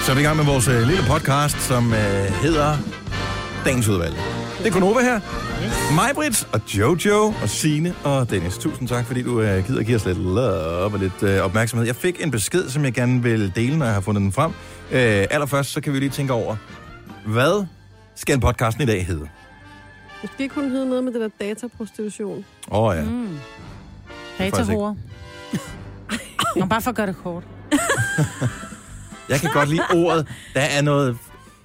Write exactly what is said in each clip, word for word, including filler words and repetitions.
Så er vi i gang med vores øh, lille podcast, som øh, hedder Dagens Udvalg. Det er Gunova her. Yes. Mig-Britt og Jojo og Signe og Dennis. Tusind tak, fordi du øh, gider at give os lidt love og lidt øh, opmærksomhed. Jeg fik en besked, som jeg gerne vil dele, når jeg har fundet den frem. Øh, allerførst, så kan vi lige tænke over, hvad skal podcasten i dag hedde? Det skal kun hedde noget med det der dataprostitution. Åh oh, ja. Mm. Datahore. Nå, bare for at gøre det kort. Jeg kan godt lide ordet. Der er noget...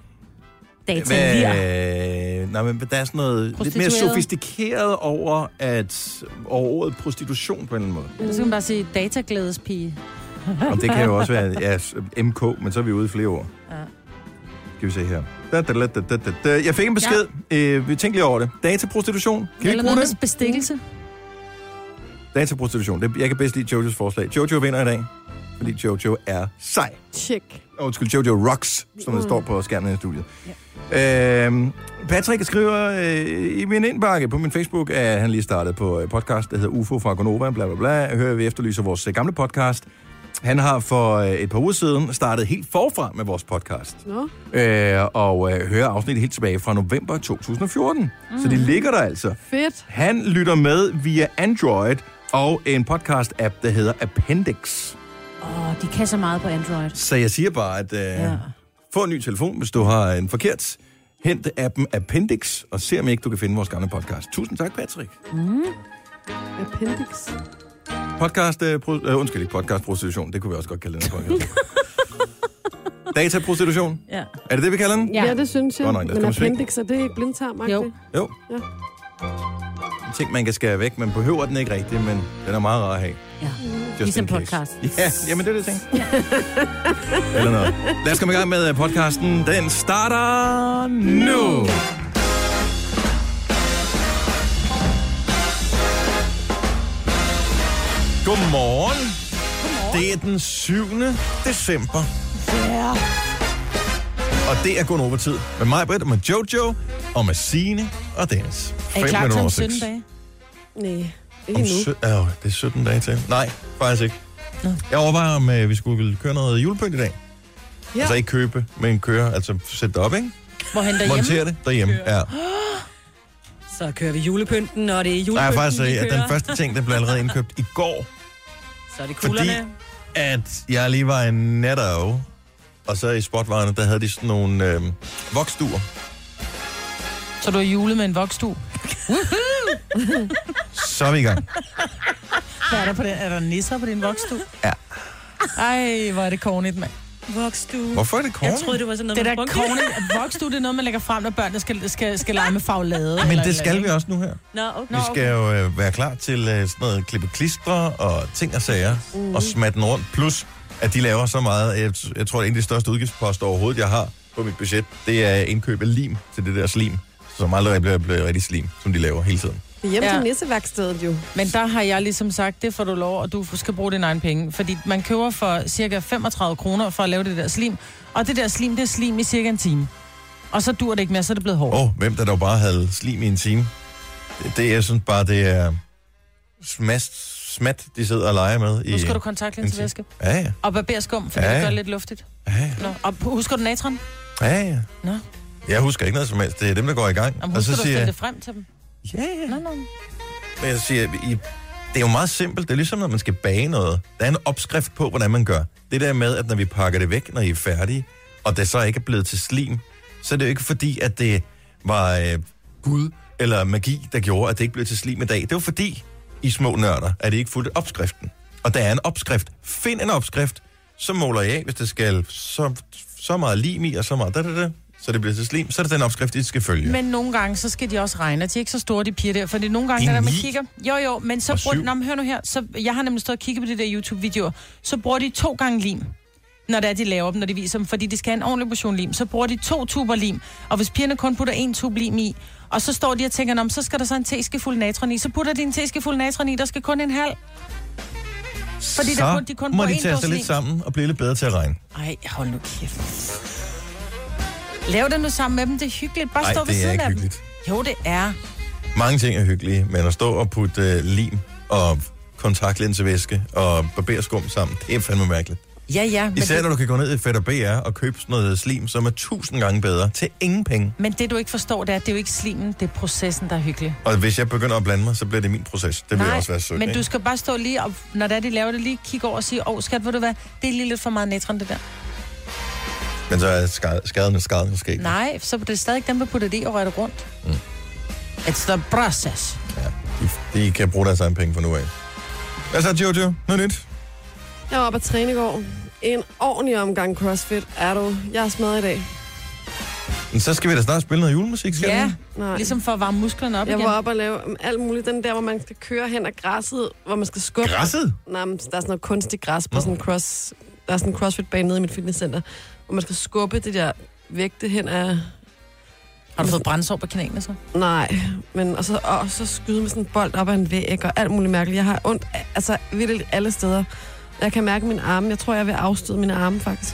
Datalir. Nej, men der er sådan noget lidt mere sofistikeret over, at, over ordet prostitution på en eller anden måde. Så kan man bare sige dataglædespige. Og det kan jo også være ja, M K, men så er vi ude i flere år. Ja. Skal vi se her. Da, da, da, da, da, da. Jeg fik en besked. Ja. Øh, vi tænkte lige over det. Dataprostitution. Kan eller vi bruge det? Bestikkelse. Dataprostitution. Det, jeg kan bedst lide Jojos forslag. Jojo vinder i dag, fordi Jojo er sej. Check. Oh, undskyld, Jojo rocks, som mm. det står på skærmen i studiet. Ja. Øhm, Patrick skriver øh, i min indbakke på min Facebook, at han lige startede på podcast, der hedder U F O fra Gonova, bla bla bla. Jeg hører, vi efterlyser vores gamle podcast. Han har for et par uger siden startet helt forfra med vores podcast. No. Øh, og øh, hører afsnittet helt tilbage fra november to tusind og fjorten. Mm. Så det ligger der altså. Fedt. Han lytter med via Android og en podcast-app, der hedder Appendix. Åh, oh, de kan så meget på Android. Så jeg siger bare, at øh, ja. få en ny telefon, hvis du har en forkert. Hent appen Appendix, og se om ikke du kan finde vores gamle podcast. Tusind tak, Patrick. Mm. Appendix. Podcast, øh, pro, øh, undskyld ikke, podcast-prostitution. Det kunne vi også godt kalde den podcast. Dataprostitution? Ja. Er det det, vi kalder den? Ja, ja det synes jeg. Godt, men appendix, er det ikke blindtarm? Jo. Jo. Ja. En ting, man kan skære væk. Man behøver den ikke rigtigt, men den er meget rar at have. Ja, ligesom podcast. Ja, jamen det er det, jeg tænker. Ja. Eller noget. Lad os komme i gang med podcasten. Den starter nu. Godmorgen. Godmorgen. Det er den syvende december. Ja. Yeah. Og det er Gunova-tid med mig, Britt, og med Jojo, og med Signe og Dennis. Er I klar til om sytten dage? Nej, ikke nu. Sø- øh, det er sytten dage til. Nej, faktisk ikke. Nå. Jeg overvejer, om uh, vi skulle køre noget julepynt i dag. Ja. Altså ikke købe, men køre, altså sætte det op, ikke? Hvorhen derhjemme? Montere det derhjemme, ja. Så kører vi julepynten, og det er julepynten, Nej, faktisk, vi at den første ting, der blev allerede indkøbt i går. Så er det kuglerne. Fordi at jeg lige var en Netto, og så i spotvarerne, der havde de sådan nogle øh, voksduer. Så du er julet med en voksstue? Så er vi i gang. Hvad er der på den? Er der nisser på din voksstue? Ja. Ej, hvor er det kornigt, mand. Vokstue. Hvorfor er det kornigt? Jeg troede, det var sådan noget, det man der kornigt. Vokstue, det er noget, man lægger frem, når børnene skal, skal, skal lege med faglade. Men eller det skal eller, vi også nu her. Nå, okay. Vi skal jo øh, være klar til øh, sådan noget klippe klistre og ting og sager, mm. og smatte den rundt. Plus, at de laver så meget. Jeg, jeg tror, det er en af de største udgiftsposter overhovedet, jeg har på mit budget. Det er indkøb af lim til det der slim, som aldrig bliver, bliver rigtig slim, som de laver hele tiden. Hjemme ja. til nisseværkstedet jo. Men der har jeg ligesom sagt, det får du lov, og du skal bruge dine egne penge. Fordi man køber for cirka femogtredive kroner for at lave det der slim. Og det der slim, det er slim i cirka en time. Og så dur det ikke mere, så er det blevet hårdt. Åh, oh, hvem der dog bare havde slim i en time? Det, det jeg synes bare, det er smast, smat, de sidder og leger med. Nu skal du kontaktlinsevæske. Ja, ja. Og barberskum, for ja, ja. det gør lidt luftigt. Ja, ja. Nå. Og husker du natron? Ja, ja. Nå. Jeg husker ikke noget som helst. Det er dem, der går i gang. Jamen, husker og så du at stille det frem til dem? Ja, ja. Nå, nå. Men jeg siger, I, det er jo meget simpelt. Det er ligesom, når man skal bage noget. Der er en opskrift på, hvordan man gør. Det der med, at når vi pakker det væk, når I er færdige, og det så ikke er blevet til slim, så er det jo ikke fordi, at det var øh, Gud eller magi, der gjorde, at det ikke blev til slim i dag. Det var fordi, I små nørder, at I ikke fulgte opskriften. Og der er en opskrift. Find en opskrift, så måler jeg af, hvis det skal så, så meget lim i, og så meget da, da, da, så det bliver til slim, så er det den opskrift, I skal følge. Men nogle gange, så skal de også regne. De er ikke så store, de piger der, fordi nogle gange, der, der man kigger... Jo, jo, men så bruger... Nå, men hør nu her. Så, jeg har nemlig stået og kigget på de der YouTube-videoer. Så bruger de to gange lim, når det er, de laver dem, når de viser dem, fordi de skal have en ordentlig portion lim. Så bruger de to tuber lim, og hvis pigerne kun putter en tube lim i, og så står de og tænker, så skal der så en teskefuld natron i, så putter de en teskefuld natron i, der skal kun en halv. Fordi så der kun, de kun må de tage sig lidt sammen og blive lidt bedre til at regne. Ej, hold nu kæft. Lav det nu sammen med dem, det er hyggeligt. Bare Ej, stå ved siden af dem. Jo, det er. Mange ting er hyggelige, men at stå og putte uh, lim og kontaktlinsevæske og barberskum sammen, det er fandme mærkeligt. Ja, ja. Men Især det, når du kan gå ned i Fætter B R og købe sådan noget slim, som er tusind gange bedre, til ingen penge. men det, du ikke forstår, det er, at det er jo ikke slimen, det er processen, der er hyggelig. Og hvis jeg begynder at blande mig, så bliver det min proces. Det vil Nej, også være sødt, men ikke? du skal bare stå lige, og når det er, de laver det, lige kigge over og sige, åh, oh, skat, ved du hvad, det er lige lidt for meget natron, det der. Men så er skade, skaden og skaden måske ikke. Nej, så er det stadig dem, der putter det i og retter rundt. Mm. It's the process. Ja, de, de kan bruge deres egen penge for nu af. Hvad så, Jojo? Noget nyt? Jeg var oppe at træne i går. En ordentlig omgang CrossFit er du. Jeg er smadret i dag. Men så skal vi da snart spille noget julemusik, skal Ja, vi? Nej. ligesom for at varme musklerne op Jeg igen. var oppe og lave um, alt muligt. Den der, hvor man skal køre hen ad græsset, hvor man skal skubbe. Græsset? Nej, men der er sådan noget kunstigt græs på Nå. sådan en cross... Der er sådan en CrossFit-bane nede i mit fitnesscenter, hvor man skal skubbe det der vægte hen ad... Har du fået brændsår på knæene så? Nej, men og så, og så skyde med sådan en bold op ad en væg og alt muligt mærkeligt. Jeg har ondt, altså virkelig alle steder. Jeg kan mærke mine arme. Jeg tror, jeg vil afstøde mine arme, faktisk.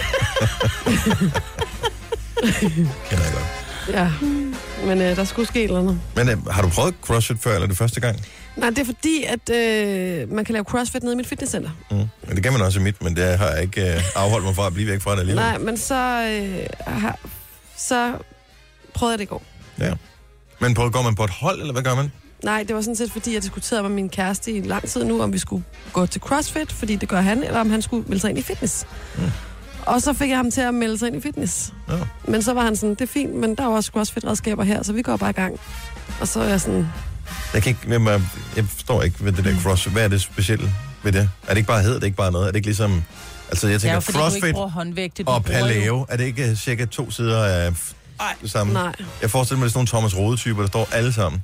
Kender jeg godt. Ja, men øh, der skulle ske et eller andet. Men øh, har du prøvet CrossFit før, eller er det første gang? Nej, det er fordi, at øh, man kan lave CrossFit nede i mit fitnesscenter. Mm. Men det kan man også i mit, men det har jeg ikke øh, afholdt mig fra at blive væk fra det alligevel. Nej, men så, øh, har, så prøvede jeg det i går. Ja. Men på, går man på et hold, eller hvad gør man? Nej, det var sådan set, fordi jeg diskuterede med min kæreste i lang tid nu, om vi skulle gå til CrossFit, fordi det gør han, eller om han skulle melde sig ind i fitness. Mm. Og så fik jeg ham til at melde sig ind i fitness. Ja. Men så var han sådan, det er fint, men der er også CrossFit-redskaber her, så vi går bare i gang. Og så er jeg sådan... Jeg, kan ikke, jeg, jeg forstår ikke ved det der CrossFit. Hvad er det specielle ved det? Er det ikke bare hed, det er ikke bare noget? Er det ikke ligesom... Altså, jeg tænker, Ja, fordi CrossFit du ikke bruger håndvægte. Du og bruger jo- paleo, er det ikke cirka to sider af det samme? Nej. Jeg forestiller mig, at det er sådan nogle Thomas Rode-typer, der står alle sammen.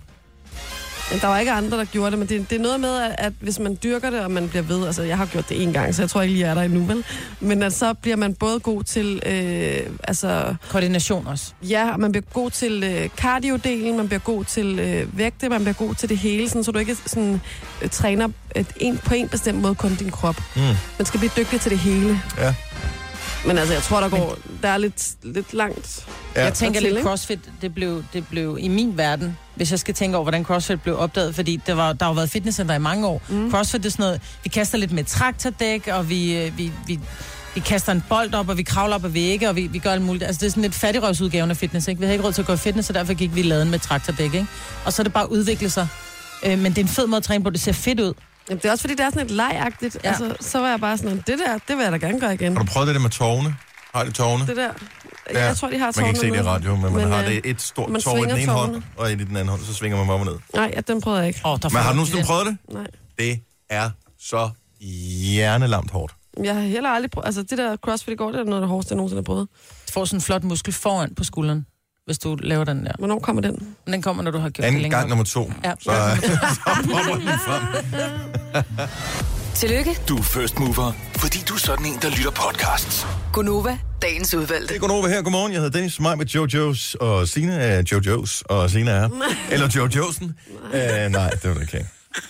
Men der var ikke andre, der gjorde det, men det, det er noget med, at, at hvis man dyrker det, og man bliver ved, altså jeg har gjort det en gang, så jeg tror ikke lige, jeg er der endnu, vel? Men at så bliver man både god til, øh, altså... Koordination også. Ja, man bliver god til øh, cardio-delen, man bliver god til øh, vægte, man bliver god til det hele, sådan, så du ikke sådan, øh, træner et, en, på en bestemt måde kun din krop. Mm. Man skal blive dygtig til det hele. Ja. Men altså, jeg tror, der går, der er lidt, lidt langt. Ja. Jeg tænker til, lidt, ikke? CrossFit, det blev, det blev i min verden, hvis jeg skal tænke over, hvordan CrossFit blev opdaget, fordi der, var, der har jo været fitnesscenter i mange år. Mm. CrossFit, det er sådan noget, vi kaster lidt med traktordæk, og vi, øh, vi, vi, vi kaster en bold op, og vi kravler op ad vægge, og vi, vi gør alt muligt. Altså, det er sådan lidt fattigrøvsudgaven af fitness, ikke? Vi havde ikke råd til at gå i fitness, så derfor gik vi laden med traktordæk, ikke? Og så er det bare udviklet sig. Øh, men det er en fed måde at træne på, det ser fedt ud. Jamen, det er også fordi, det er sådan lidt legagtigt. Ja. Altså, så var jeg bare sådan, det der, det vil jeg da gerne gøre igen. Har du prøvet det der med tårne? Har de tårne? Det der, Ja. jeg tror, de har Man kan ikke se det i radio, men, men man Men, har øh, det et stort man tår i den svinger ene hånd, tårne. og i den anden hånd, så svinger man op og ned. Nej, ja, den prøvede jeg ikke. Oh, der Men har du nogensinde prøvet det? Nej. Det er så hjernelamt hårdt. Jeg har heller aldrig prøvet, altså det der CrossFit i går, det er noget af det hårdeste, jeg nogensinde har prøvet. Du får sådan en flot muskel foran på skulderen, hvis du laver den der. Hvornår kommer den? Men den kommer, når du har gjort det Anden længere. gang nummer to, Ja. så, så popper den frem. Tillykke, Du er first mover, fordi du er sådan en, der lytter podcasts. Gunova, dagens udvalgte. Det er Gunova her. Godmorgen. Jeg hedder Dennis, mig med Jojos, og Signe er Jojos, og Signe er... Eller Jojosen. Nej. Uh, nej, det var det ikke.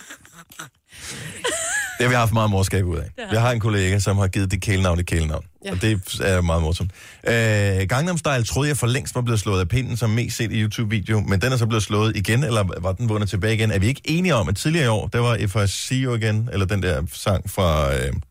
Det har vi haft meget morskab ud af. Jeg har en kollega, som har givet det kælenavn det kælenavn. Ja. Og det er meget morsomt. Uh, Gangnam Style troede jeg for længst var blevet slået af pinden som mest set i YouTube-video, men den er så blevet slået igen, eller var den vundet tilbage igen? Er vi ikke enige om, at tidligere i år, der var If I See You Again, eller den der sang fra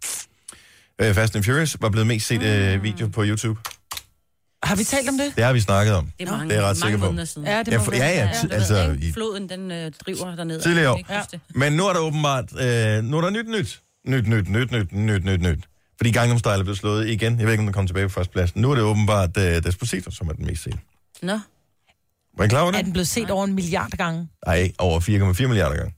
uh, Fast and Furious, var blevet mest set uh, video på YouTube? Har vi talt om det? Det har vi snakket om. Det er mange, Det er jeg ret sikker mange på. måneder siden. Ja, det Ja, må for, være. ja, ja, Ja, t- altså... ikke? I, Floden, den øh, driver derned. Tidligere år. Jeg kan ikke huske det. Men nu er der åbenbart, øh, nu er der nyt nyt. Nyt, nyt, nyt, nyt, nyt, nyt, nyt. Fordi Gangnam Style er blevet slået igen. Jeg ved ikke, om den kommer tilbage på førstepladsen. Nu er det åbenbart øh, Despacito, som er den mest set. Nå. Var I klar over Er det? den blevet set over en milliard gange? Nej, over fire komma fire milliarder gange.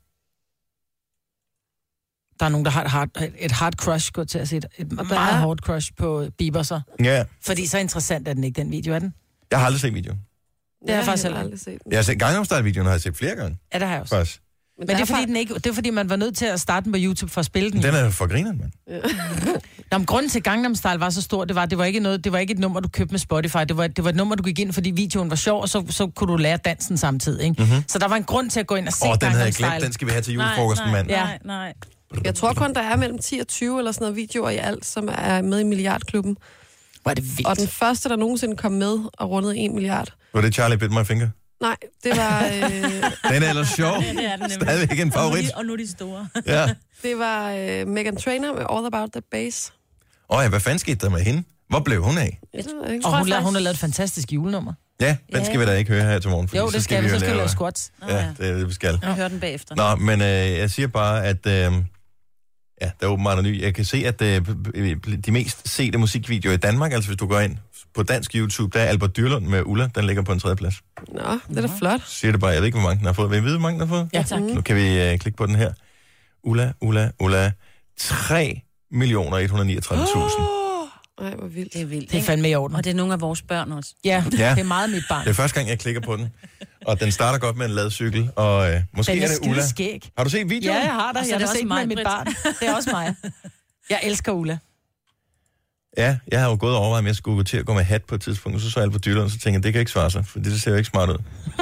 Der er nogen, der har et hard, et hard crush, gå til at se et, et der meget er- hårdt crush på Bieber så. Ja, Fordi så interessant er den ikke, den video, er den? jeg har aldrig set videoen. Det har jeg faktisk heller heller aldrig set. Jeg har set Gangnam Style-videoen, har jeg set flere gange, Ja, det har jeg også. faktisk. Men det er, fordi, den ikke, det er fordi, man var nødt til at starte den på YouTube for at spille den. Den er for grineren, mand. Nå, men grunden til, at Gangnam Style var så stor, det var, det var ikke noget, det var ikke et nummer, du købte med Spotify. Det var, det var et nummer, du gik ind, fordi videoen var sjov, og så, så kunne du lære dansen samtidig. Ikke? Mm-hmm. Så der var en grund til at gå ind og se Åh, oh, den havde Gangnam jeg Style. glemt. Den skal vi have til julefrokosten, nej, mand. nej, Ja. nej, nej. Jeg tror kun, der er mellem ti og tyve eller sådan noget videoer i alt, som er med i milliardklubben. Hvor er det vildt. Og den første, der nogensinde kom med og rundede en milliard. Var det Charlie Bit My Finger? Nej, det var, øh, Den er ellers sjov. Ja, det er den nemlig. Stadigvæk en favorit. Og nu er de store. Ja. det var øh, Meghan Trainor med All About That Bass. Åh ja, hvad fanden skete der med hende? Hvor blev hun af? Jeg tror, jeg Og hun, faktisk... la- hun har lavet et fantastisk julenummer. Ja, den Ja. skal vi da ikke høre her til morgen. fordi Jo, det skal vi, så skal vi lave squats. Ja, det er det, vi skal. Jeg hører den bagefter. Nå, men øh, jeg siger bare, at øh, ja, der er åbenbart en ny. Jeg kan se, at øh, de mest sete musikvideoer i Danmark, altså hvis du går ind på dansk YouTube, der er Albert Dyrlund med Ulla, den ligger på en tredje plads. Nå, det er da flot. Siger det bare, jeg ved ikke, hvor mange den har fået. Vil I vide, hvor mange den har fået? Ja, tak. Nu kan vi øh, klikke på den her. Ulla, Ulla, Ulla. tre millioner et hundrede niogtredive tusind. Ej, hvor vildt. Det er vildt, Det er ikke? fandme i orden. Og det er nogle af vores børn også. Ja, Ja. det er meget mit barn. Det er første gang, jeg klikker på den. Og den starter godt med en ladcykel, og øh, måske Den er er det Ulla. skide skæg. Har du set videoen? Ja, jeg har Og dig. så Jeg er det har også set mig, med mit Britt. barn. Det er også mig. Jeg elsker Ulla. Ja, jeg har jo gået og overvejet, om jeg skulle gå til at gå med hat på et tidspunkt, og så så jeg Albert Dyrlund, så tænkte jeg, det kan ikke svare sig, for det ser jo ikke smart ud.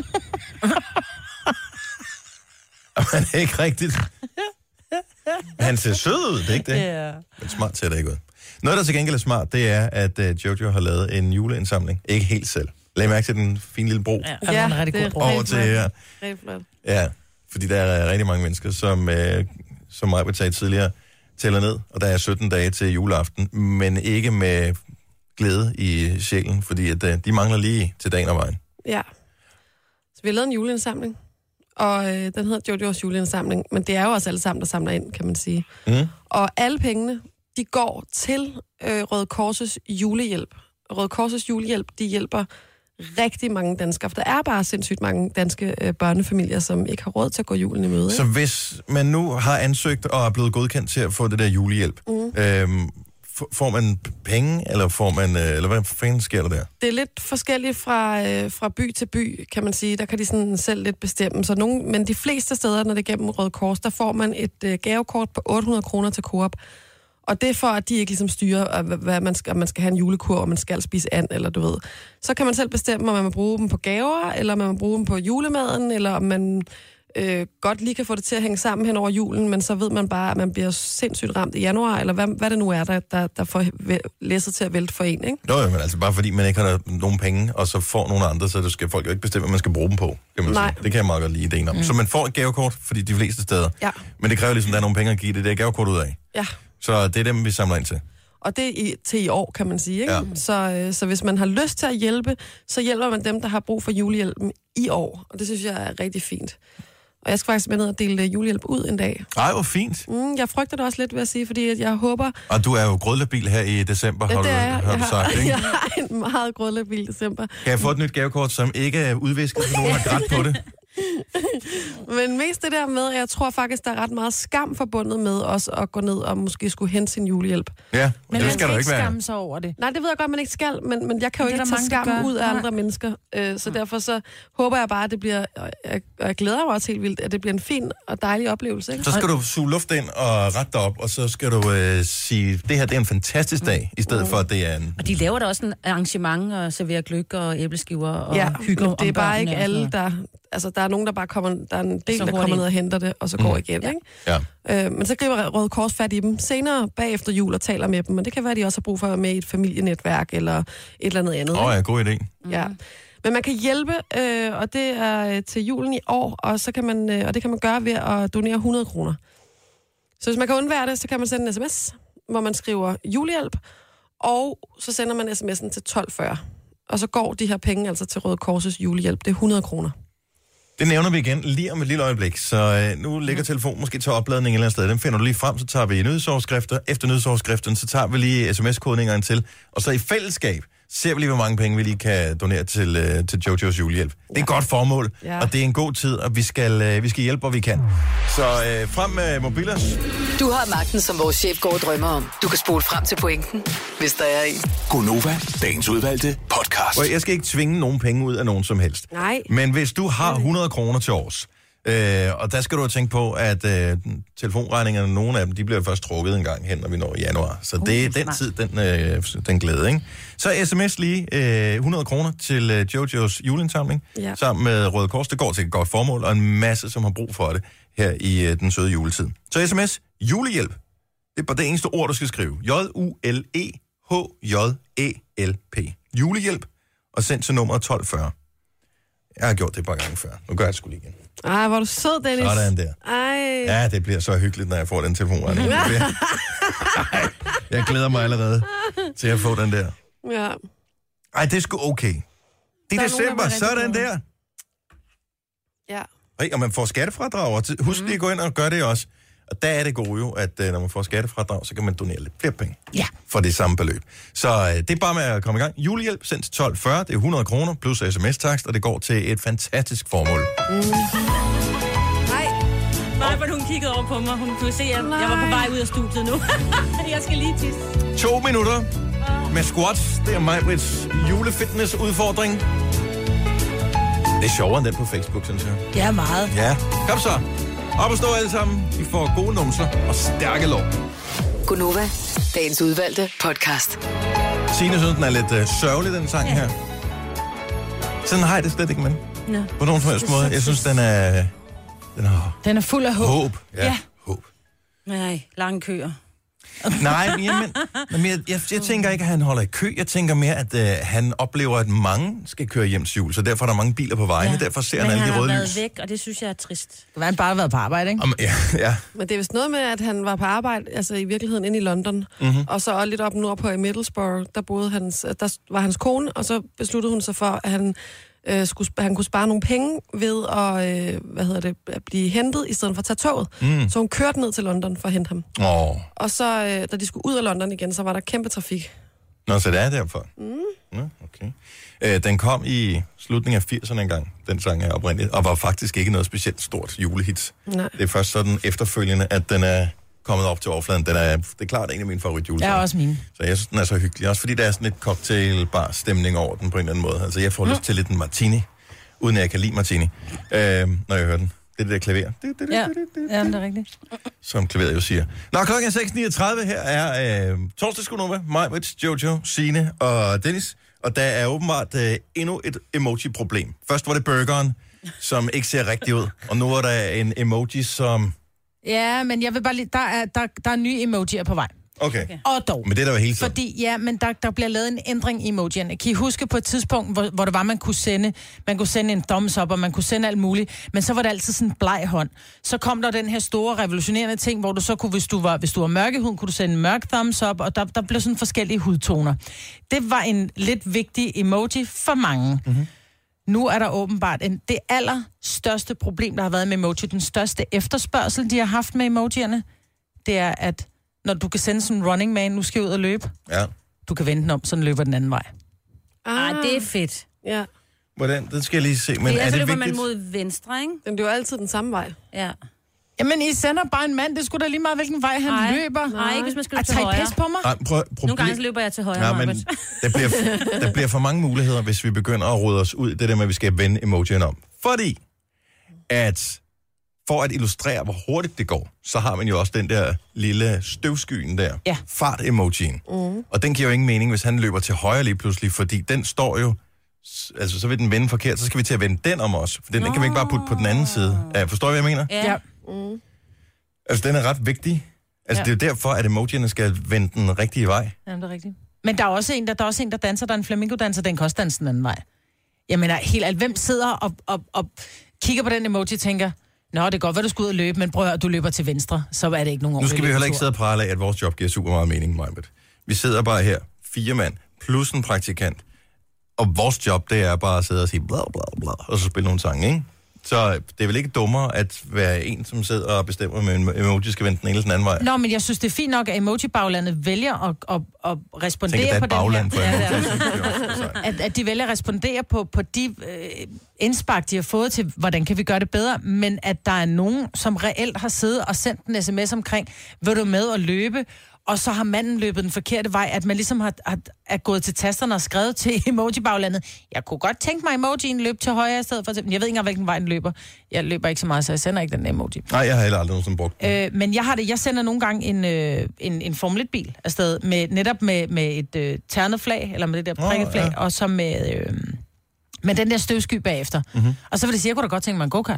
Men det er ikke rigtigt. Han ser sød ud, det er ikke det? Ja. Men smart ser det ikke ud. Noget, der til gengæld er smart, det er, at uh, Jojo har lavet en juleindsamling. Ikke helt selv. Læg mærke til den fine lille bro Ja. Det var en rigtig det er god bro. over rigtig til her. flot. Rigtig flot. Ja, fordi der er rigtig mange mennesker, som, øh, som mig vil tage tidligere, tæller ned, og der er sytten dage til juleaften, men ikke med glæde i sjælen, fordi at, øh, de mangler lige til dagen og vejen. Ja. Så vi har lavet en juleindsamling, og øh, den hedder Jojos juleindsamling, men det er jo også alle sammen, der samler ind, kan man sige. Mm. Og alle pengene, de går til øh, Røde Korsets julehjælp. Røde Korsets julehjælp, de hjælper rigtig mange danskere, for der er bare sindssygt mange danske øh, børnefamilier, som ikke har råd til at gå julen i møde. Så hvis man nu har ansøgt og er blevet godkendt til at få det der julehjælp, mm. øhm, f- får man penge, eller får man, øh, eller hvad fanden sker der der? Det er lidt forskelligt fra, øh, fra by til by, kan man sige. Der kan de sådan selv lidt bestemme. Så nogen, men de fleste steder, når det er gennem Røde Kors, der får man et øh, gavekort på otte hundrede kroner til Coop. Og det er for, at de ikke ligesom styrer, hvad man skal, om man skal have en julekur, og man skal spise and, eller du ved. Så kan man selv bestemme, om man vil bruge dem på gaver, eller om man vil bruge dem på julemaden, eller om man øh, godt lige kan få det til at hænge sammen hen over julen, men så ved man bare, at man bliver sindssygt ramt i januar, eller hvad, hvad det nu er, der, der, der får læsset til at vælte for en, ikke? Nå, men altså bare fordi man ikke har nogen penge, og så får nogle andre, så det skal folk jo ikke bestemme, hvad man skal bruge dem på, kan man Nej. sige. Det kan jeg meget godt lide ideen om. Mm. Så man får et gavekort, fordi de fleste steder. Ja. Men det kræver ligesom, at der er nogle penge at give det der gavekort ud af. Ja. Så det er dem, vi samler ind til. Og det er i, til i år, kan man sige, ikke? Ja. Så, øh, så hvis man har lyst til at hjælpe, så hjælper man dem, der har brug for julehjælpen i år. Og det synes jeg er rigtig fint. Og jeg skal faktisk med ned og dele julehjælp ud en dag. Ej, hvor fint. Mm, jeg frygter det også lidt, vil jeg sige, fordi at jeg håber... Og du er jo grødlabil her i december, har, Ja, du, det er jeg. har du Jeg sagt, har, ikke? jeg har en meget grødlabil december. Kan jeg få et nyt gavekort, som ikke er udvisket, så nogen har grædt på det? Men mest det der med, at jeg tror faktisk, der er ret meget skam forbundet med også at gå ned og måske skulle hente sin julehjælp. Ja, men, Men det man skal der jo ikke være. skamme sig over det. Nej, det ved jeg godt, man ikke skal, men, men jeg kan jo Men det ikke er tage der mange, der skam gør. ud af Nej. andre mennesker. Øh, så derfor så håber jeg bare, at det bliver, og jeg, og jeg glæder mig også helt vildt, at det bliver en fin og dejlig oplevelse. Ikke? Så skal du suge luft ind og rette dig op, og så skal du øh, sige, det her det er en fantastisk dag, i stedet for, at det er en... Og de laver da også en arrangement og serverer gløg og æbleskiver og Ja, hygger men det er om bare børnene ikke og sådan alle, noget. der... Altså, der er nogen, der bare kommer... Der er en del, Så der kommer hurtigt. ned og henter det, og så går igen, ikke? Ja. Øh, men så griber Røde Kors fat i dem senere bagefter jul og taler med dem, men det kan være, at de også har brug for at være med i et familienetværk eller et eller andet andet. Åh, ikke? ja, god idé. Ja. Men man kan hjælpe, øh, og det er øh, til julen i år, og, så kan man, øh, og det kan man gøre ved at donere hundrede kroner. Så hvis man kan undvære det, så kan man sende en sms, hvor man skriver julehjælp, og så sender man sms'en til tolv fyrre. Og så går de her penge altså til Røde Korsets julehjælp. Det er hundrede kroner. Det nævner vi igen lige om et lille øjeblik, så øh, nu ligger telefonen måske til opladning et eller andet sted. Den finder du lige frem, så tager vi nyhedsoverskrifter. Efter nyhedsoverskriften, så tager vi lige sms-kodningerne til. Og så i fællesskab ser vi lige, hvor mange penge vi lige kan donere til, øh, til Jojos julehjælp. Det er et godt formål, Ja. og det er en god tid, og vi skal, øh, vi skal hjælpe, hvor vi kan. Så øh, frem med mobilers. Du har magten, som vores chef går og drømmer om. Du kan spole frem til pointen, hvis der er en. Gonova, dagens udvalgte podcast. Og jeg skal ikke tvinge nogen penge ud af nogen som helst. Nej. Men hvis du har hundrede kroner til års, øh, og der skal du have tænkt på, at øh, telefonregningerne, nogle af dem, de bliver først trukket en gang hen, når vi når i januar. Så uh, det er den smart. tid, den, øh, den glæde, ikke? Så sms lige øh, hundrede kroner til øh, Jojos juleindsamling, Ja. sammen med Røde Kors. Det går til et godt formål, og en masse, som har brug for det her i øh, den søde juletid. Så sms julehjælp. Det er bare det eneste ord, du skal skrive. J U L E H J E L P. Julehjælp, og send til nummer tolv fyrre. Jeg har gjort det et par gange før. Nu gør jeg det sgu lige igen. Ej, hvor er du sød, Dennis. Sådan der. Ej. Ja, det bliver så hyggeligt, når jeg får den telefonregning. Det bliver... Jeg glæder mig allerede til at få den der. Ja. Ej, det er sgu okay. Det er december, så er den der. Ja. Hey, og man får skattefradrag. Husk lige at gå ind og gøre det også. Og der er det gode jo, at når man får skattefradrag, så kan man donere lidt flere penge. Ja. For det samme beløb. Så øh, det er bare med at komme i gang. Julehjælp sendt til tolv fyrre, det er hundrede kroner plus sms-takst, og det går til et fantastisk formål. Mm. Nej. Nej, for hun kiggede over på mig. Hun kunne se, at jeg var på vej ud af studiet nu. Jeg skal lige tisse. To minutter med squats. Det er Majbrits julefitness-udfordring. Det er sjovere end den på Facebook, synes jeg. Ja, meget. Ja, kom så. Op og stå alle sammen. Vi får gode numser og stærke lov. Gunova, dagens udvalgte podcast. Signe synes, den er lidt uh, sørgelig, den sang her. Sådan har jeg det slet ikke med. Ja. På nogen som helst måde. Jeg synes, den er... Den er, den er fuld af håb. Håb, ja. ja. Håb. Nej, lange køer. Nej, men, jamen, men jeg, jeg, jeg tænker ikke, at han holder i kø. Jeg tænker mere, at øh, han oplever, at mange skal køre hjem til jul, så derfor er der mange biler på vejene. Ja. Derfor ser han alle de røde lys. Men han har været væk, og det synes jeg er trist. Det var han bare været på arbejde, ikke? Om, ja, ja. Men det er vist noget med, at han var på arbejde, altså i virkeligheden inde i London, mm-hmm. og så også lidt op nordpå i Middlesbrough, der boede hans, der var hans kone, og så besluttede hun sig for, at han øh, skulle, han kunne spare nogle penge ved at, øh, hvad hedder det, at blive hentet, i stedet for at tage toget. Mm. Så hun kørte ned til London for at hente ham. Oh. Og så, øh, da de skulle ud af London igen, så var der kæmpe trafik. Nå, så det er derfor. Mm. Nå, okay. Øh, den kom i slutningen af firserne engang, den sang er oprindeligt, og var faktisk ikke noget specielt stort julehit. Nej. Det er først sådan efterfølgende, at den er kommet op til overfladen. Den er, det er klart en af mine favoritjulesange. Ja, også min. Så jeg synes, den er så hyggelig. Også fordi der er sådan lidt cocktailbar stemning over den på en eller anden måde. Altså, jeg får mm. lyst til lidt en martini, uden at jeg kan lide martini, øh, når jeg hører den. Det er det der klaver. Ja, ja det er rigtigt. Som klaveret jo siger. Nå, klokken er seks niogtredive. Her er øh, torsdagsskolen med mig, Rich, Jojo, Signe og Dennis. Og der er åbenbart øh, endnu et emoji-problem. Først var det burgeren, som ikke ser rigtig ud. Og nu er der en emoji, som... Ja, men jeg vil bare lige... Der er, der, der er nye emojier på vej. Okay. okay. Og dog. Men det er der jo hele tiden. Fordi, ja, men der, der bliver lavet en ændring i emojierne. Kan I huske på et tidspunkt, hvor, hvor det var, man kunne sende, man kunne sende en thumbs up, og man kunne sende alt muligt, men så var det altid sådan en bleg hånd. Så kom der den her store revolutionerende ting, hvor du så kunne, hvis du var, hvis du var mørk i huden, kunne du sende en mørk thumbs up, og der, der blev sådan forskellige hudtoner. Det var en lidt vigtig emoji for mange. Mm-hmm. Nu er der åbenbart en, det allerstørste problem, der har været med emoji, den største efterspørgsel, de har haft med emojierne, det er, at når du kan sende sådan en running man, nu skal jeg ud og løbe, ja. Du kan vende den om, så den løber den anden vej. Ah, det er fedt. Ja. Hvordan? Den skal jeg lige se. Men det er, er det løber vigtigt? man mod venstre, ikke? Den bliver altid den samme vej. Ja. Jamen, I sender bare en mand, det skulle da lige meget, hvilken vej han Ej. løber. Nej, ikke hvis man skal løbe at til tage højre. pis på mig. Nej, prøv, problem... Nogle gange så løber jeg til højre. Ja, men der bliver, der bliver for mange muligheder, hvis vi begynder at rode os ud i det der med, at vi skal vende emojien om. Fordi at for at illustrere, hvor hurtigt det går, så har man jo også den der lille støvskyen der. Ja. Fart-emojien. Mm. Og den giver jo ingen mening, hvis han løber til højre lige pludselig, fordi den står jo... Altså, så vil den vende forkert, så skal vi til at vende den om os. For den, den kan vi ikke bare putte på den anden side. Uh, forstår I, hvad jeg mener? Ja. Mm. Altså, den er ret vigtig. Altså, ja. Det er jo derfor, at emojierne skal vende den rigtige vej. Jamen, det er rigtigt. Men der er også en, der, der, er også en, der danser, der er en flamingo-danser, den kan også danse den anden vej. Jeg mener, helt alt, hvem sidder og, og, og kigger på den emoji og tænker, nå, det er godt, hvad du skal ud og løbe, men prøv at høre, du løber til venstre, så er det ikke nogen Nu skal vi heller ikke sidde og prale af, at vores job giver super meget mening, Majbet. Vi sidder bare her, fire mand, plus en praktikant, og vores job, det er bare at sidde og sige bla bla bla, og så spille nogle sange, ikke? Så det er vel ikke dummere at være en, som sidder og bestemmer, med en emoji skal vende den ene eller den anden vej. Nå, men jeg synes, det er fint nok, at emoji-baglandet vælger at, at, at respondere tænker, på den bagland her. For ja, emoji, at, at de vælger at respondere på, på de øh, indspark, de har fået til, hvordan kan vi gøre det bedre, men at der er nogen, som reelt har siddet og sendt en sms omkring, vil du med at løbe, og så har manden løbet den forkerte vej, at man ligesom har, har, er gået til tasterne og skrevet til emoji-baglandet. Jeg kunne godt tænke mig, emojien løb til højre i stedet for til... Jeg ved ikke engang, hvilken vej den løber. Jeg løber ikke så meget, så jeg sender ikke den emoji. Nej, jeg har heller aldrig nogensinde brugt den. Øh, men jeg har det. Jeg sender nogle gange en, øh, en, en Formel et-bil afsted, med, netop med, med et øh, ternet flag, eller med det der prikket flag, oh, ja. Og så med, øh, med den der støvsky bagefter. Mm-hmm. Og så vil det sige, jeg kunne da godt tænke mig en go-kart.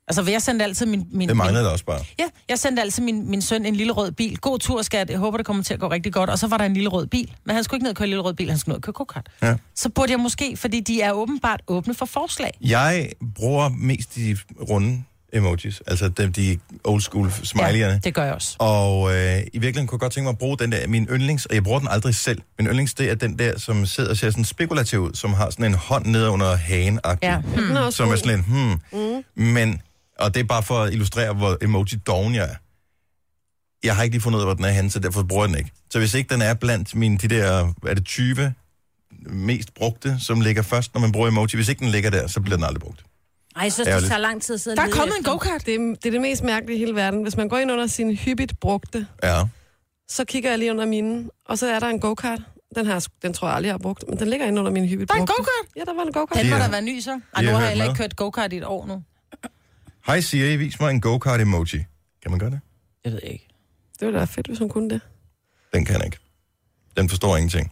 Altså, jeg sendte altid min... min det manglede min, det også bare. Ja, jeg sendte altid min, min søn en lille rød bil. God tur, skat. Jeg håber, det kommer til at gå rigtig godt. Og så var der en lille rød bil. Men han skulle ikke ned og køre en lille rød bil, han skulle ned og køre go-kart. Ja. Så burde jeg måske, fordi de er åbenbart åbne for forslag. Jeg bruger mest de runde emojis, altså de, de old school smiley'erne. Ja, det gør jeg også. Og øh, i virkeligheden kunne jeg godt tænke mig at bruge den der, min yndlings, og jeg bruger den aldrig selv. Min yndlings, det er den der, som sidder og ser sådan spekulativ ud, som har sådan en hånd nede under hagen-agtig. Ja. Mm. Som er sådan en, hmm. Mm. Men, og det er bare for at illustrere, hvor emoji doven jeg er. Jeg har ikke lige fundet ud af, hvor den er henne, så derfor bruger jeg den ikke. Så hvis ikke den er blandt mine, de der, er det tyve mest brugte, som ligger først, når man bruger emoji. Hvis ikke den ligger der, så bliver den aldrig brugt. Ej, så det tager lang tid at sidde Der og er lede kommet en efter. go-kart. Det er, det er det mest mærkelige i hele verden. Hvis man går ind under sin hyppigt brugte, Ja. så kigger jeg lige under mine, og så er der en go-kart. Den, her, den tror jeg aldrig, jeg har brugt, men den ligger inde under min hyppigt Der er en brugte. go-kart? Ja, der var en go-kart. Den må De er- da være ny, så. Ej, de nu har har jeg hørt heller ikke med. kørt go-kart i et år nu. Hej Siri, vis mig en go-kart emoji. Kan man gøre det? Jeg ved ikke. Det ville da fedt, hvis hun kunne det. Den kan jeg ikke. Den forstår ingenting.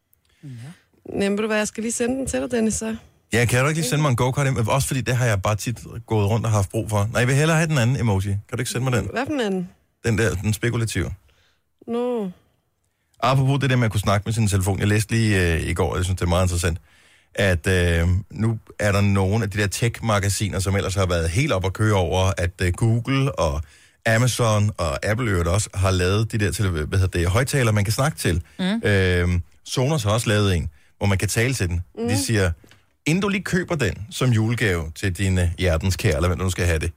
Nej, ved du hvad, jeg skal lige sende den til dig, Dennis, så. Ja, kan du ikke lige sende mig en go-kart emoji? Også fordi det har jeg bare tit gået rundt og haft brug for. Nej, jeg vil hellere have den anden emoji. Kan du ikke sende mig den? Hvad for en? Den der, den spekulative. No. Apropos det der med at kunne snakke med sin telefon. Jeg læste lige øh, i går, og jeg synes, det er meget interessant, at øh, nu er der nogle af de der tech-magasiner, som ellers har været helt op at køre over, at øh, Google og Amazon og Apple øvrigt også har lavet de der til, hvad hedder det, højtaler, man kan snakke til. Mm. Øh, Sonos har også lavet en, hvor man kan tale til den. Mm. De siger, inden du lige køber den som julegave til dine hjertens kære, eller hvem du skal have det,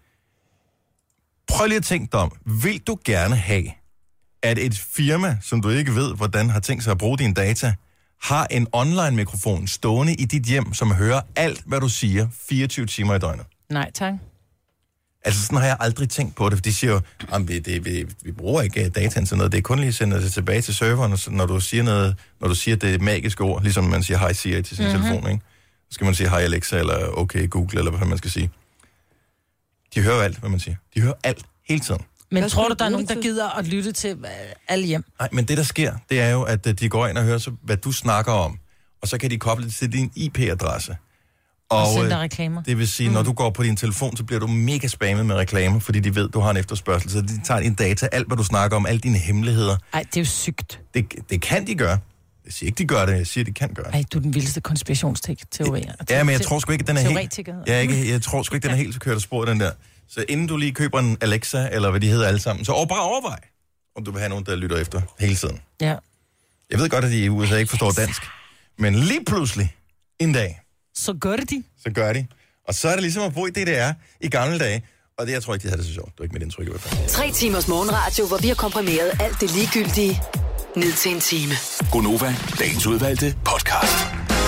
prøv lige at tænke dig om, vil du gerne have, at et firma, som du ikke ved, hvordan har tænkt sig at bruge dine data, har en online-mikrofon stående i dit hjem, som hører alt, hvad du siger, fireogtyve timer i døgnet? Nej, tak. Altså, sådan har jeg aldrig tænkt på det, for de siger jo, at det, det, vi, vi bruger ikke dataen til noget, det er kun lige at sende det tilbage til serveren, når du siger noget, når du siger det magiske ord, ligesom man siger hej Siri til sin mm-hmm. telefon, ikke? Så skal man sige hej Alexa, eller okay Google, eller hvad man skal sige. De hører alt, hvad man siger. De hører alt, hele tiden. Men Hvad tror skulle du, du der er bruge nogen, det der til? gider at lytte til øh, alle hjem? Nej, men det der sker, det er jo, at øh, de går ind og hører, så, hvad du snakker om, og så kan de koble det til din I P-adresse. Og sende øh, dig reklamer. det vil sige, mm. når du går på din telefon, så bliver du mega spammet med reklamer, fordi de ved, du har en efterspørgsel. Så de tager dine data, alt hvad du snakker om, alle dine hemmeligheder. Ej, det er jo sygt. Det, det kan de gøre. Jeg siger ikke, de gør det. Jeg siger, de kan gøre det. Ej, du er den vildeste konspirationsteori. Ja, men jeg tror sgu ikke, at den er helt... Teoretiker hedder Jeg, ikke, jeg tror sgu ikke, den er helt så kørt af sporet, den der. Så inden du lige køber en Alexa, eller hvad de hedder alle sammen, så over, bare overvej, om du vil have nogen, der lytter efter hele tiden. Ja. Jeg ved godt, at de i U S A ikke forstår dansk, men lige pludselig en dag, Så gør det de. så gør de. Og så er det ligesom at bo i D D R i gamle dage. Og det, jeg tror ikke, de havde det så sjovt. Det var ikke mit indtryk i hvert fald. Tre timers morgenradio, hvor vi har komprimeret alt det ligegyldige ned til en time. Gonova, dagens udvalgte podcast.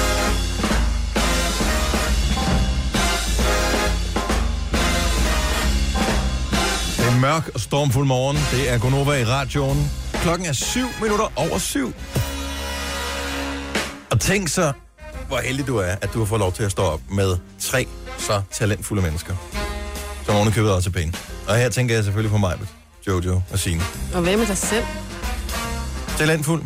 Det er mørk og stormfuld morgen. Det er Gonova i radioen. Klokken er syv minutter over syv. Og tænk så, hvor heldig du er, at du har fået lov til at stå op med tre så talentfulde mennesker, som ovenikøbet også er pæne. Og her tænker jeg selvfølgelig på mig, Jojo og Signe. Og hvad med dig selv? Talentfuld.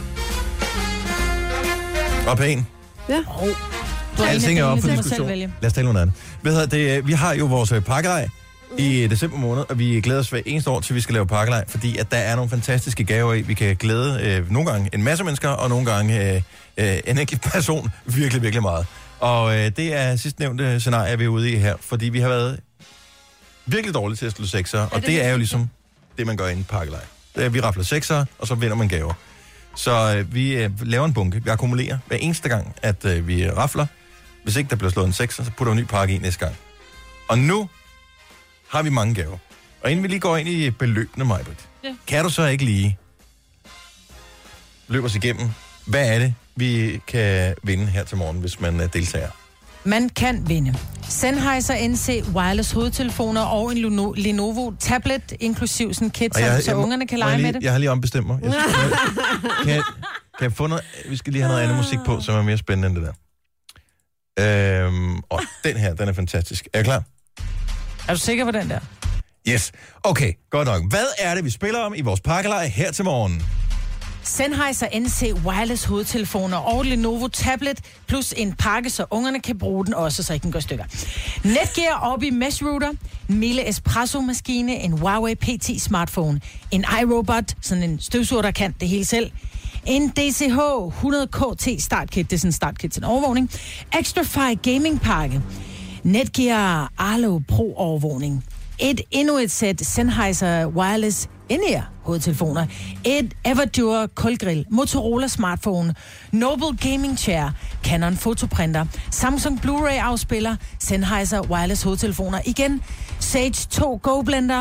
Og pæn. Ja. Oh. Du har Alting er op for selv diskussion. vælge. Lad os tale noget andet. Ved du, det, vi har jo vores pakkelej i december måned, og vi glæder os hver eneste år til, vi skal lave pakkelej, fordi at der er nogle fantastiske gaver i. Vi kan glæde øh, nogle gange en masse mennesker, og nogle gange øh, øh, en enkelt person virkelig, virkelig meget. Og øh, det er sidstnævnte scenarie, vi er ude i her, fordi vi har været virkelig dårlige til at slå sekser, og det er jo ligesom det, man gør i en pakkelej. Det er, vi rafler sekser, og så vinder man gaver. Så øh, vi øh, laver en bunke. Vi akkumulerer hver eneste gang, at øh, vi rafler. Hvis ikke der bliver slået en sekser, så putter vi en ny pakke i næste gang. Og nu har vi mange gaver. Og inden vi lige går ind i beløbene, Majbrit, ja. Kan du så ikke lige løbe os igennem, hvad er det, vi kan vinde her til morgen, hvis man uh, deltager? Man kan vinde Sennheiser N C wireless hovedtelefoner og en Leno- Lenovo tablet, inklusiv sådan en kit, Og jeg- så jeg må- ungerne kan må jeg lege lige, med det. Jeg har lige ombestemt mig. Jeg, kan, kan, jeg, kan jeg få noget... Vi skal lige have noget andet musik på, som er mere spændende end det der. Øhm, og den her, den er fantastisk. Er jeg klar? Er du sikker på den der? Yes. Okay, godt nok. Hvad er det, vi spiller om i vores pakkelej her til morgen? Sennheiser N C wireless hovedtelefoner og Lenovo tablet, plus en pakke, så ungerne kan bruge den også, så I kan gå stykker. Netgear Orbi Mesh Router, en Miele Espresso-maskine, en Huawei P ti smartphone, en iRobot, sådan en støvsuger, der kan det hele selv, en D C H hundrede K T startkit, det er sådan en startkit til en overvågning, Extrafy Gaming pakke, Netgear Arlo Pro overvågning, et endnu et sæt Sennheiser Wireless in-ear hovedtelefoner, et Everdur kulgrill, Motorola smartphone, Noble Gaming Chair, Canon fotoprinter, Samsung Blu-ray afspiller, Sennheiser Wireless hovedtelefoner igen, Sage to Go blender,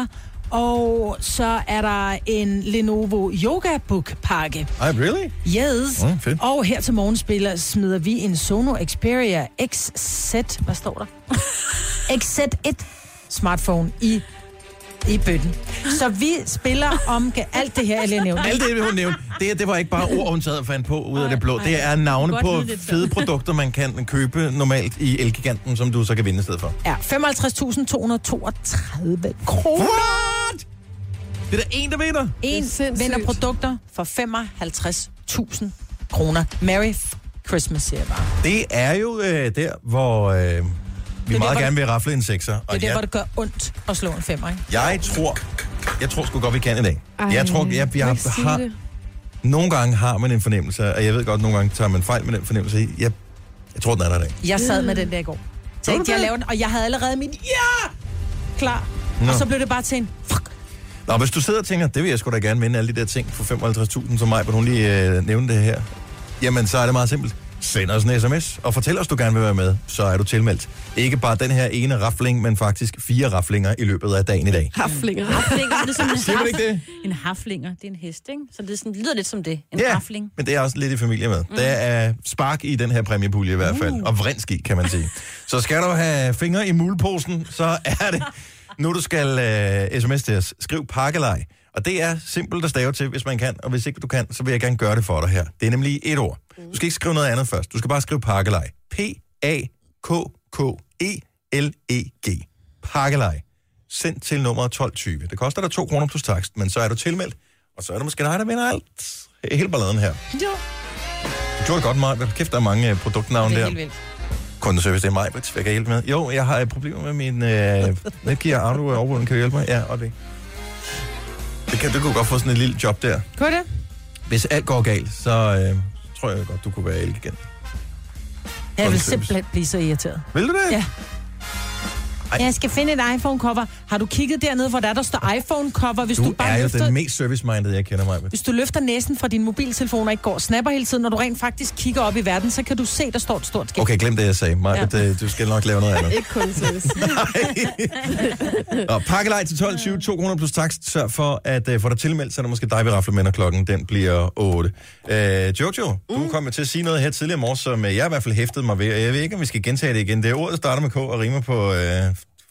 og så er der en Lenovo Yoga Book pakke. I really? Yes. Mm, fedt. Og her til morgenspiller smider vi en Sono Xperia X Z, hvad står der? X Z et smartphone i i bøtten. Så vi spiller om alt det her, jeg lige nævnte. Alt det, hun nævnte, det, det var ikke bare ord, hun sad og fandt på ud af det blå. Det er navne på fede produkter, man kan købe normalt i Elgiganten, som du så kan vinde i stedet for. Ja, femoghalvtreds tusind to hundrede og toogtredive kroner. What? Det er der en, der vinder. En vinder produkter for femoghalvtreds tusind kroner. Merry Christmas, siger jeg bare. Det er jo øh, der, hvor... Øh, Vi det meget der, gerne vil rafle en sekser. Det er der, hvor det gør ondt at slå en femmer, ikke? Jeg tror, jeg tror sgu godt, vi kan i dag. Ej, jeg tror, jeg, jeg har... Det. Nogle gange har man en fornemmelse, og jeg ved godt, nogle gange tager man fejl med den fornemmelse. Jeg, jeg tror, den er der i dag. Jeg sad med den der i går. Tænkte, jeg lavede den, og jeg havde allerede min ja klar. Nå. Og så blev det bare til en fuck. Nå, hvis du sidder og tænker, det vil jeg sgu da gerne vinde alle de der ting for femoghalvtreds tusind, som mig, hvor hun lige øh, nævnte det her. Jamen, så er det meget simpelt. Send os en sms, og fortæl os, du gerne vil være med, så er du tilmeldt. Ikke bare den her ene rafling, men faktisk fire raflinger i løbet af dagen i dag. Haflinger. Haflinger, det er sådan en Siger man ikke det? En haflinger, det er en hest, ikke? Så det, er sådan, det lyder lidt som det. En ja, hafling. Men det er også lidt i familie med. Mm. Der er spark i den her præmiepulje i hvert fald, uh. og vrinski, kan man sige. Så skal du have fingre i muleposen, så er det nu, du skal uh, sms til os. Skriv pakkelej. Og det er simpelt at stave til, hvis man kan, og hvis ikke du kan, så vil jeg gerne gøre det for dig her. Det er nemlig et ord. Du skal ikke skrive noget andet først. Du skal bare skrive pakkelej. P A K K E L E G. Pakkelej. Send til nummer tolv tyve. Det koster dig to kroner plus takst, men så er du tilmeldt, og så er det måske dig, der vinder alt. Hele balladen her. Jo. Du gjorde det godt, Maja. Kæft, der er mange uh, produktnavne der. Det er helt vildt. Kundeservice, det er mig, Britt. Jeg kan hjælpe med. Jo, jeg har et problem med min uh, Netgear Arlo overvågning. Kan du hjælpe mig? Ja, og det. Det kan, du kunne godt få sådan et lille job der. Kunne det? Hvis alt går galt, så øh, tror jeg godt, du kunne være Elgiganten. Jeg vil simpelthen blive så irriteret. Vil du det? Ja. Ej. Jeg skal finde et iPhone-cover. Har du kigget dernede, hvor der, der står iPhone-cover? Hvis du, du bare er jo løfter, den mest service-minded, jeg kender mig med. Hvis du løfter næsen fra din mobiltelefon og ikke går og snapper hele tiden, når du rent faktisk kigger op i verden, så kan du se, der står et stort skilt. Okay, glem det, jeg sagde. Maja, Ja. du skal nok lave noget andet. Ikke kun service. Og pakkelej til tolv tyve, to kroner plus takst. Sørg for at uh, få dig tilmeldt, så er det måske dig, vi rafler med, når klokken den bliver otte. Uh, Jojo, mm. du kom til at sige noget her tidligere morges, som jeg i hvert fald hæftede mig ved, og jeg ved ikke, om vi skal gentage det igen. Det er ordet, der starter med K og rimer på... Uh,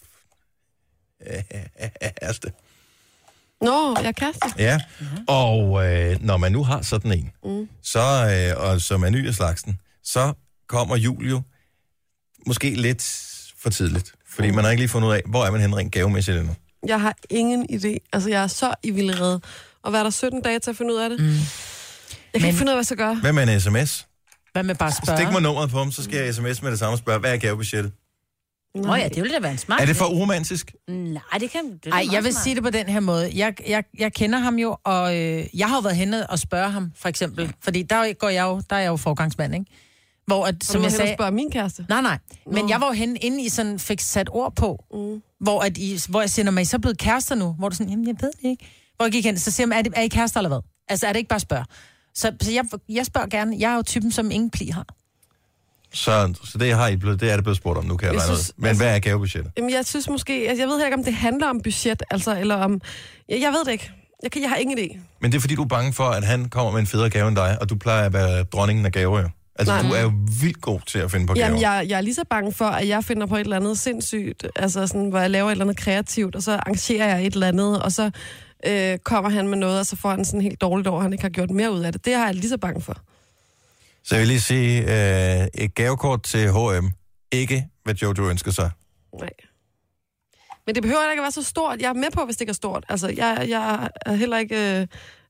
Ærste. Nå, jeg er kæreste. Ja, og øh, når man nu har sådan en, mm. så, øh, og som er ny af slagsen, så kommer jul jo måske lidt for tidligt. Fordi mm. man har ikke lige fundet ud af, hvor er man henne rent gavemæssigt endnu. Jeg har ingen idé. Altså, jeg er så i vildrede. Og hvad er der sytten dage til at finde ud af det? Mm. Jeg kan Men... ikke finde ud af, hvad jeg skal gøre. Hvad med en sms? Hvad med bare spørge? Stik mig nummeret på dem, så skal jeg sms med det samme og spørge, hvad er gavebudgettet? Nå ja, det ville da være en smart. Er det for uromantisk? Nej, det kan... Det Ej, jeg vil smart. sige det på den her måde. Jeg, jeg, jeg kender ham jo, og øh, jeg har jo været henne og spørge ham, for eksempel. Fordi der går jeg jo, der er jeg jo forgangsmand, ikke? Hvor, at, som jeg sagde... spørge min kæreste? Nej, nej. Men Nå. jeg var jo henne, inden I sådan fik sat ord på, mm. hvor, at I, hvor jeg siger, når man er så blevet kærester nu, hvor du sådan, jamen, jeg ved det ikke. Hvor jeg gik hen, så siger man, er, det, er I kærester eller hvad? Altså, er det ikke bare spørge? Så, så jeg, jeg spørger gerne. Jeg er jo typen, som ingen pli har. Så, så det, har I blevet, det er det blevet spurgt om, nu kan jeg, jeg regne synes, ud. Men altså, hvad er gavebudgettet? Jamen, jeg synes måske... Altså, jeg ved ikke, om det handler om budget, altså, eller om... Jeg, jeg ved det ikke. Jeg, kan, jeg har ingen idé. Men det er, fordi du er bange for, at han kommer med en federe gave end dig, og du plejer at være dronningen af gaver, jo. Altså, Nej. Du er jo vildt god til at finde på gaver. Jamen, jeg, jeg er lige så bange for, at jeg finder på et eller andet sindssygt, altså sådan, hvor jeg laver et eller andet kreativt, og så arrangerer jeg et eller andet, og så øh, kommer han med noget, og så får han sådan helt dårligt over, han ikke har gjort mere ud af det. Det har jeg lige så bange for. Så jeg vil lige sige, øh, et gavekort til H og M. Ikke, hvad Jojo ønsker sig. Nej. Men det behøver ikke at være så stort. Jeg er med på, hvis det ikke er stort. Altså, jeg, jeg er heller ikke... Øh,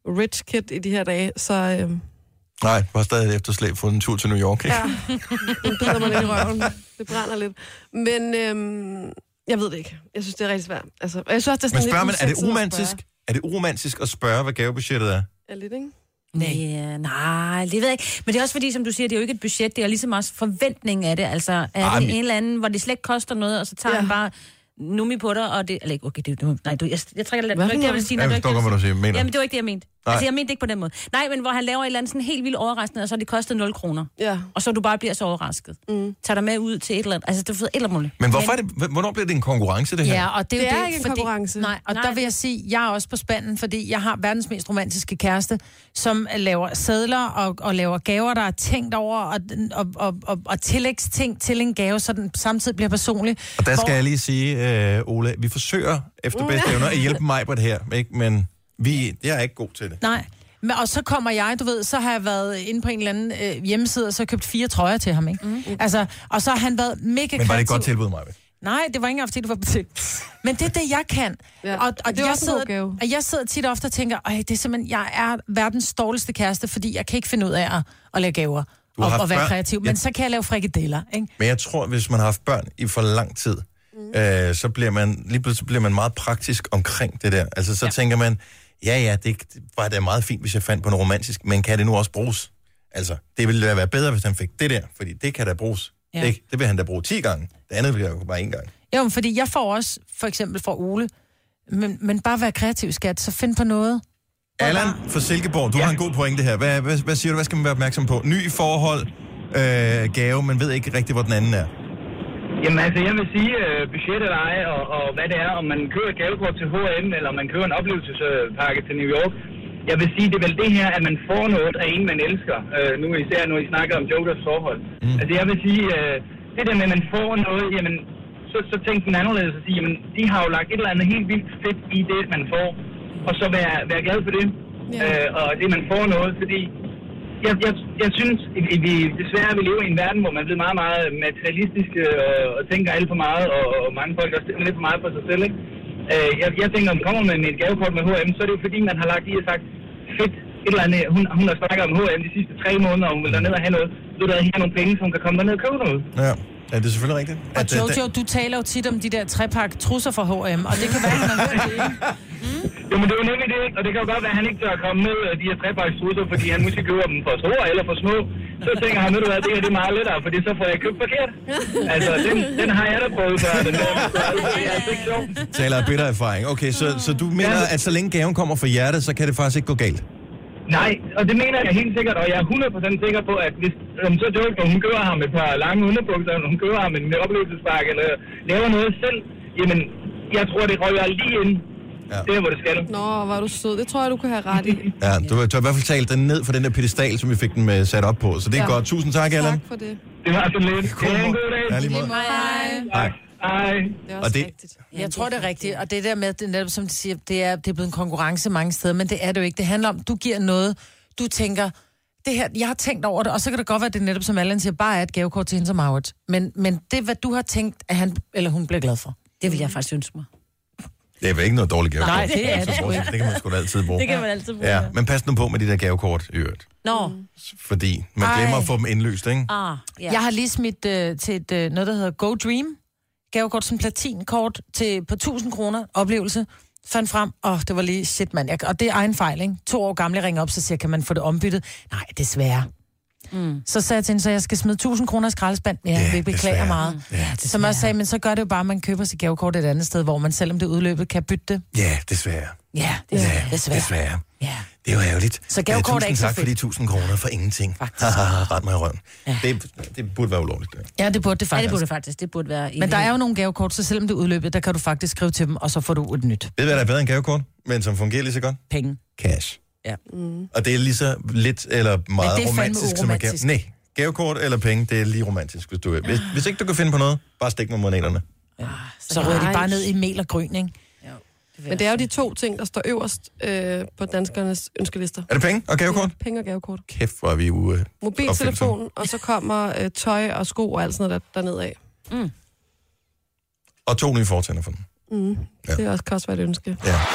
rich kid i de her dage, så... Øh, Nej, du har stadig efterslæb for en tur til New York, ikke? Ja, den bider mig lidt i røven. Det brænder lidt. Men øhm, jeg ved det ikke. Jeg synes, det er rigtig svært. Altså, jeg synes, det er sådan Men spørger man, lidt er det uromantisk? Er det uromantisk at spørge, hvad gavebudgettet er? Ja, lidt, ikke? Nej. Ja, nej, det ved jeg ikke. Men det er også fordi, som du siger, det er jo ikke et budget, det er ligesom også forventning af det. Altså, er Ej, det men... en eller anden, hvor det slet ikke koster noget, og så tager ja. man bare nummi på dig, og det... Eller ikke, okay, det, du, nej, du, jeg, jeg trækker lidt... Hvad? Det, jeg vil sige, jeg forstår godt, hvad du siger. Mener. Jamen, det var ikke det, jeg mente. Nej. Altså, jeg mente ikke på den måde. Nej, men hvor han laver et eller andet sådan helt vildt overraskende, og så det kostede nul kroner. Ja. Og så du bare bliver så overrasket. Mm. Tag dig med ud til et eller andet. Altså, det er et eller andet. Men hvorfor er det, hvornår bliver det en konkurrence, det her? Ja, og det, det er, er det, ikke en fordi, konkurrence. Nej, og nej, der vil jeg det... sige, jeg er også på spanden, fordi jeg har verdens mest romantiske kæreste, som laver sedler og, og laver gaver, der er tænkt over, og, og, og, og, og tillægsting til en gave, så den samtidig bliver personlig. Og der hvor... skal jeg lige sige, øh, Ole, vi forsøger efter bedste evner at hjælpe mig på det her, ikke? Men vi, jeg er ikke god til det. Nej. Men, og så kommer jeg, du ved, så har jeg været inde på en eller anden øh, hjemmeside, og så købt fire trøjer til ham, ikke? Mm. Altså, og så har han været mega kreativ. Men var det et godt tilbud, Maja? Nej, det var ikke engang, fordi det var betalt. Men det er det, jeg kan. Ja. Og, og, det er jeg også sidder, en god gave. og jeg sidder tit og ofte og tænker, Ej, det er simpelthen, jeg er verdens dårligste kæreste, fordi jeg kan ikke finde ud af at, at lave gaver og, og være børn. kreativ. Men ja. så kan jeg lave frikadeller, ikke? Men jeg tror, hvis man har haft børn i for lang tid, mm. øh, så bliver man lige pludselig bliver man meget praktisk omkring det der. Altså, så ja. tænker man, ja, ja, det var da meget fint, hvis jeg fandt på noget romantisk, men kan det nu også bruges? Altså, det ville da være bedre, hvis han fik det der, fordi det kan da bruges. Ja. Det, det vil han da bruge ti gange. Det andet vil jeg jo bare en gang. Jo, men fordi jeg får også, for eksempel fra Ole, men, men bare være kreativ, skat, så find på noget. Allan fra Silkeborg, du ja. har en god pointe her. Hvad, hvad, hvad siger du, hvad skal man være opmærksom på? Ny forhold, øh, gave, man ved ikke rigtig, hvor den anden er. Jamen altså, jeg vil sige uh, budget eller ej, og, og hvad det er, om man køber et gavekort til H og M, eller om man køber en oplevelsespakke til New York. Jeg vil sige, det er vel det her, at man får noget af en, man elsker. Uh, nu især, når I snakker om Jokers forhold. Mm. Altså, jeg vil sige, uh, det der med, at man får noget, jamen, så, så tænk den anderledes at sige, jamen, de har jo lagt et eller andet helt vildt fedt i det, man får, og så være, være glad for det. Yeah. Uh, og det, man får noget, fordi jeg, jeg, jeg synes, at vi desværre vi lever i en verden, hvor man bliver meget, meget materialistisk og, og tænker alt for meget, og, og mange folk også tænker lidt for meget på sig selv, ikke? Uh, jeg, jeg tænker, om man kommer med et gavekort med H og M, så er det jo fordi, man har lagt i og sagt, fedt, et eller andet, hun, hun har snakket om H og M de sidste tre måneder, og hun vil derned og have noget, så er der her nogle penge, så hun kan komme derned og købe noget. Ja. Ja, det er selvfølgelig rigtigt. Og at, Jojo, du taler jo tit om de der trepak trusser fra H og M, og det kan være, at han har hørt det, ikke? Mm. Jo, men det er jo nemlig det, og det kan jo godt være, at han ikke tør at komme med de her trepak trusser, fordi han måske køber dem for store eller for små. Så tænker han, ved du hvad, det her det er meget lettere, fordi så får jeg købt forkert. Altså, den, den har jeg da prøvet før, den der. Det er altså ikke sjovt. Taler af bitter erfaring. Okay, så, så du mener, at så længe gaven kommer fra hjertet, så kan det faktisk ikke gå galt? Nej, og det mener jeg helt sikkert, og jeg er hundrede procent sikker på, at hvis um, så Joker, hun køber ham et par lange underbukser, eller hun køber ham en oplevelsespakke, eller laver noget selv, jamen, jeg tror, det røger lige ind, ja. Der hvor det skal. Nå, var du sød. Det tror jeg, du kan have ret i. Ja, du har i hvert fald talt den ned fra den der pedestal, som vi fik den med sat op på, så det er ja. godt. Tusind tak, Allan. Tak for det. Det var så lidt. God en god dag. Ja, lige måde. Hej. Hej. Hej. Det er også og det, rigtigt. Jeg tror, det er rigtigt, og det der med, det netop, som de siger, det er, det er blevet en konkurrence mange steder, men det er det jo ikke. Det handler om, du giver noget, du tænker, det her, jeg har tænkt over det, og så kan det godt være, at det netop, som Allan siger, bare er et gavekort til hende som Maurits. Men, men det er, hvad du har tænkt, at han eller hun bliver glad for. Det vil jeg faktisk ønske mig. det er vel ikke noget dårligt gavekort. Nej, det er det. Det kan man sgu da altid bruge. Det kan man altid bruge. Ja, men pas nu på med de der gavekort i øvrigt. Nå. Fordi man Ej. glemmer at få dem indløst, ikke? Ah, ja. Jeg har lige smidt øh, til et, øh, noget, der hedder Go Dream. Gavekort som platinkort til, på tusind kroner. Oplevelse. Fandt frem, og det var lige shit, mand. Jeg, og det er egen fejl, ikke? To år gamle ringer op, så siger kan man få det ombyttet? Nej, desværre. Mm. Så sagde jeg til hende, så jeg skal smide tusind kroner i skraldespand. Ja, Ja, vi beklager desværre. meget. Ja, Som jeg sagde, men så gør det jo bare, at man køber sit gavekort et andet sted, hvor man selvom det er udløbet, kan bytte det. Ja, desværre. Ja, det er Ja, desværre. desværre. Ja. Det er jo ærgerligt. Så gavekort er Tusind ikke så tak for fedt. de tusind kroner for ingenting. Faktisk. Ret mig i røven. Ja. Det, det burde være ulovligt. Det. Ja, det burde det Ja, faktisk. det burde det faktisk. Det burde være... Men der er jo nogle gavekort, så selvom det er udløbet, der kan du faktisk skrive til dem, og så får du et nyt. Ved du, hvad der er bedre end gavekort, men som fungerer lige så godt? Penge. Cash. Ja. Mm. Og det er lige så lidt eller meget det er fandme romantisk, som man kan. uromantisk. Nej, gavekort eller penge, det er lige romantisk, hvis du vil. Hvis, hvis ikke du kan finde på noget, bare stik med moneterne. Ja. Så ryger de bare ned i mel og gryn, ikke? Men det er jo de to ting, der står øverst øh, på danskernes ønskelister. Er det penge og gavekort? Ja, penge og gavekort. Kæft, hvor er vi ude. Mobiltelefon, og så kommer øh, tøj og sko og alt sådan noget der, derned af. Mm. Og to nye fortænder for dem. Mm. Ja. Det er også, kan også være et ønske. Ja.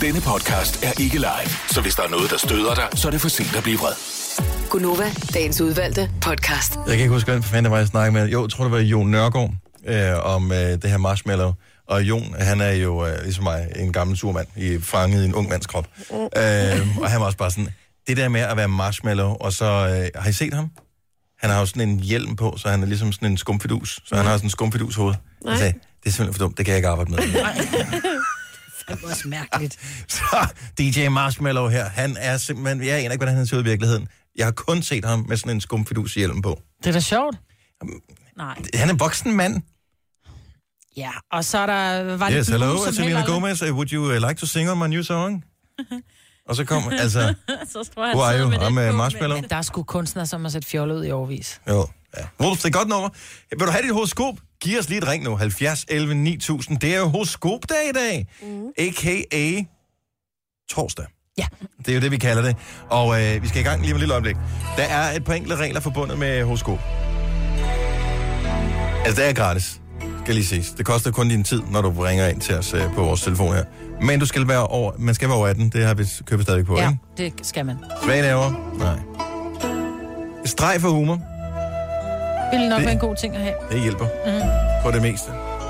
Denne podcast er ikke live, så hvis der er noget, der støder dig, så er det for sent at blive vred. Gunova, dagens udvalgte podcast. Jeg kan ikke huske, hvem fanden der var, jeg snakkede med. Jo, jeg tror, det var Jon Nørgaard øh, om øh, det her marshmallow. Og Jon, han er jo øh, ligesom mig, en gammel surmand, i, fanget i en ung mands krop. Øh, og han var også bare sådan, det der med at være marshmallow, og så, øh, har I set ham? Han har jo sådan en hjelm på, så han er ligesom sådan en skumfidus. Så han har sådan en skumfidus hoved. Jeg sagde, det er simpelthen for dumt, det kan jeg ikke arbejde med. Det var også mærkeligt. Så D J Marshmallow her, han er simpelthen, jeg aner ikke, hvordan han ser ud i virkeligheden. Jeg har kun set ham med sådan en skumfidus hjelm på. Det er da sjovt. Nej. Han er en voksen mand. Ja, og så er der... Var Yes, det hello, Blue, Selena Gomez. Would you uh, like to sing on my new song? Og så kom, altså... Så tror jeg, Who are you? med I'm det uh, på, Marshmallow. Der er sgu kunstnere, som har set fjollet ud i overvis. Jo, ja. Wolf, det er godt nummer. Vil du have dit horoskop? Giv os lige et ring nu. halvfjerds elleve ni tusind. Det er jo horoskopdag i dag. Mm. A K A torsdag. Ja. Det er jo det, vi kalder det. Og øh, vi skal i gang lige om et lille øjeblik. Der er et par enkelte regler forbundet med horoskop. Altså, det er gratis. Skal lige ses. Det koster kun din tid, når du ringer ind til os øh, på vores telefon her. Men du skal være over, man skal være over atten. Det har vi købet stadig på, Ja, ikke? det skal man. Svage nerver? Nej. Streg for humor. Det vil nok Det- være en god ting at have. Det hjælper. Mm. På det meste.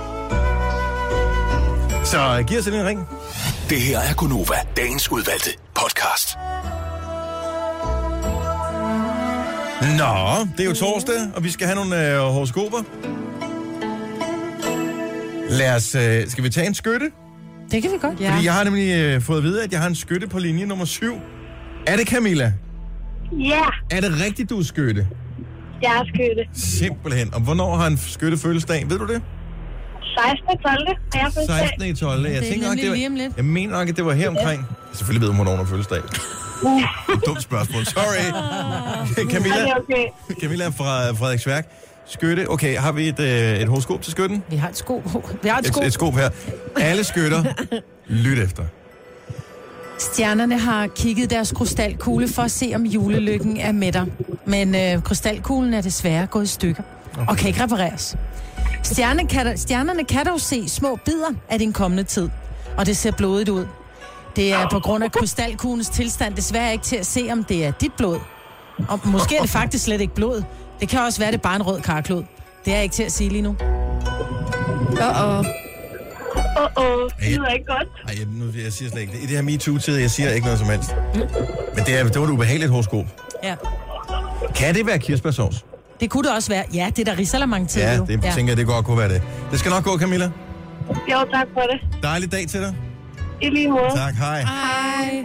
Så giv os en ring. Det her er Gunova, dagens udvalgte podcast. Nå, det er jo torsdag, og vi skal have nogle øh, horoskoper. Lad os, øh, skal vi tage en skytte? Det kan vi godt. Ja. Fordi jeg har nemlig øh, fået at vide, at jeg har en skytte på linje nummer syv. Er det Camilla? Ja, Er det rigtigt, du er skytte? jeg er skytte. Simpelthen. Og hvornår har en skytte fødselsdag? Ved du det? sekstende tolvte har jeg fødselsdag. sekstende i tolvte Jeg Det er tænker nok, nemlig det var, lige om lidt. jeg mener nok, at det var her omkring. Selvfølgelig ved hun, hvornår hun har fødselsdag. Et dumt spørgsmål. Sorry. Camilla, Er det okay? Camilla fra Frederiksværk. Skytte. Okay, har vi et, øh, et horoskop til skytten? Vi har et sko. Vi har et sko. Et, et skop her. Alle skytter. Lyt efter. Stjernerne har kigget deres krystalkugle for at se, om julelykken er med dig. Men øh, krystalkuglen er desværre gået i stykker og kan ikke repareres. Stjerne kan, stjernerne kan dog se små bidder af din kommende tid, og det ser blodigt ud. Det er på grund af krystalkuglens tilstand desværre ikke til at se, om det er dit blod. Og måske er det faktisk slet ikke blod. Det kan også være, det er bare en rød karklud. Det er ikke til at sige lige nu. Uh-oh. Åh, åh, det lyder ikke godt. Ej, jeg, nu, jeg siger slet ikke det. I det her MeToo-tid, jeg siger ikke noget som helst. Men det, er, det var et ubehageligt horoskop. Ja. Kan det være kirsebærsovs? Det kunne det også være. Ja, det er der risalamang til. Ja, jo. det tænker jeg, det godt kunne være det. Det skal nok gå, Camilla. Jo, tak for det. Dejlig dag til dig. I lige måde. Tak, hej. Hej.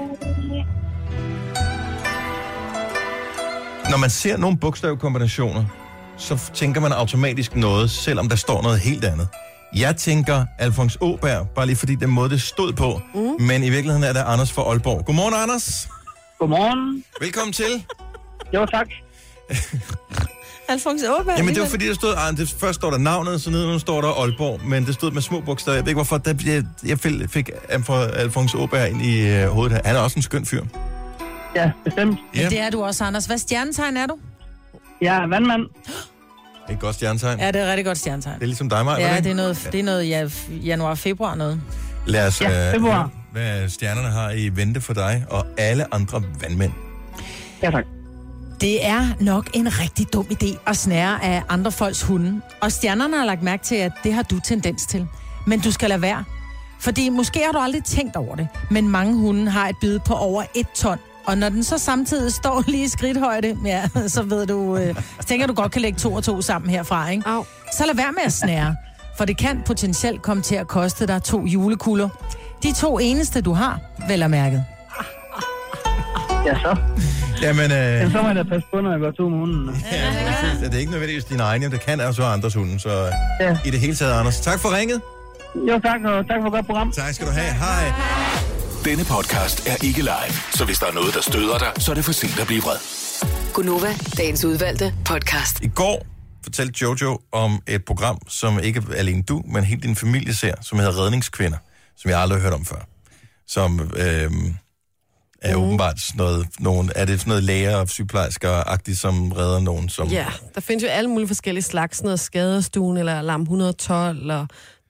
Når man ser nogle bogstavkombinationer, så tænker man automatisk noget, selvom der står noget helt andet. Jeg tænker Alfons Åberg, bare lige fordi den måde, det stod på. Mm. Men i virkeligheden er det Anders fra Aalborg. Godmorgen, Anders. Godmorgen. Velkommen til. Jo, tak. Alfons Åberg. Jamen, det var fordi, der stod... Ah, det, først står der navnet, så nedenunder står der Aalborg, men det stod med små bogstaver. Jeg ved ikke, hvorfor der, jeg, jeg fik Alfons Åberg ind i øh, hovedet her. Han er også en skøn fyr. Ja, bestemt. Ja, Det er du også, Anders. Hvad stjernetegn er du? Jeg er vandmand. det er et godt stjernetegn. Ja, det er et rigtig godt stjernetegn. Det er ligesom dig, Maja. Ja, det er noget, det er noget ja, januar-februar noget. Lad os Ja, øh, februar. høre, hvad stjernerne har i vente for dig og alle andre vandmænd. Ja, tak. Det er nok en rigtig dum idé at snære af andre folks hunde. Og stjernerne har lagt mærke til, at det har du tendens til. Men du skal lade være. Fordi måske har du aldrig tænkt over det, men mange hunde har et bid på over et ton. Og når den så samtidig står lige i skridthøjde, ja, så ved du, øh, så tænker du godt kan lægge to og to sammen herfra, ikke? Au. Så lad være med at snære, for det kan potentielt komme til at koste dig to julekugler. De to eneste, du har, vel er mærket. Ja, så. Jamen, øh, Jamen, så må jeg da passe på, når jeg går to måneder. ja, præcis. Det er ikke nødvendigvis din egen, det kan altså være andres hunde. Så Ja. i det hele taget, Anders. Tak for ringet. Jo, tak, og tak for et godt program. Tak skal du have. Hej. Denne podcast er ikke live, så hvis der er noget, der støder dig, så er det for sent at blive vred. Gunova, dagens udvalgte podcast. I går fortalte Jojo om et program, som ikke alene du, men hele din familie ser, som hedder Redningskvinder, som jeg aldrig har hørt om før. Som øh, er mm. åbenbart sådan noget, nogen, er det sådan noget læger og sygeplejersker-agtigt, som redder nogen, som... Ja, der findes jo alle mulige forskellige slags, sådan noget skadestuen eller alarm et hundrede og tolv, og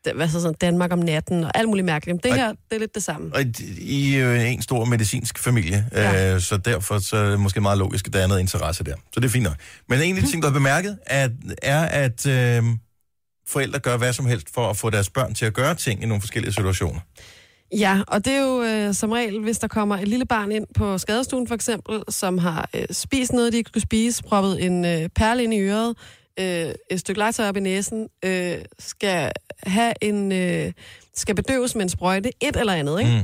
hvad så sådan, Danmark om natten og alt muligt mærkeligt. Det her, det er lidt det samme. Og I er jo en stor medicinsk familie, ja. øh, så derfor så er det måske meget logisk, at der er noget interesse der. Så det er fint nok. Men en af de ting, du har bemærket, at, er, at øh, forældre gør hvad som helst for at få deres børn til at gøre ting i nogle forskellige situationer. Ja, og det er jo øh, som regel, hvis der kommer et lille barn ind på skadestuen for eksempel, som har øh, spist noget, de ikke skulle spise, proppet en øh, perle ind i øret, øh, et stykke legetøj op i næsen, øh, skal have en, øh, skal bedøves med en sprøjte, et eller andet, ikke? Mm.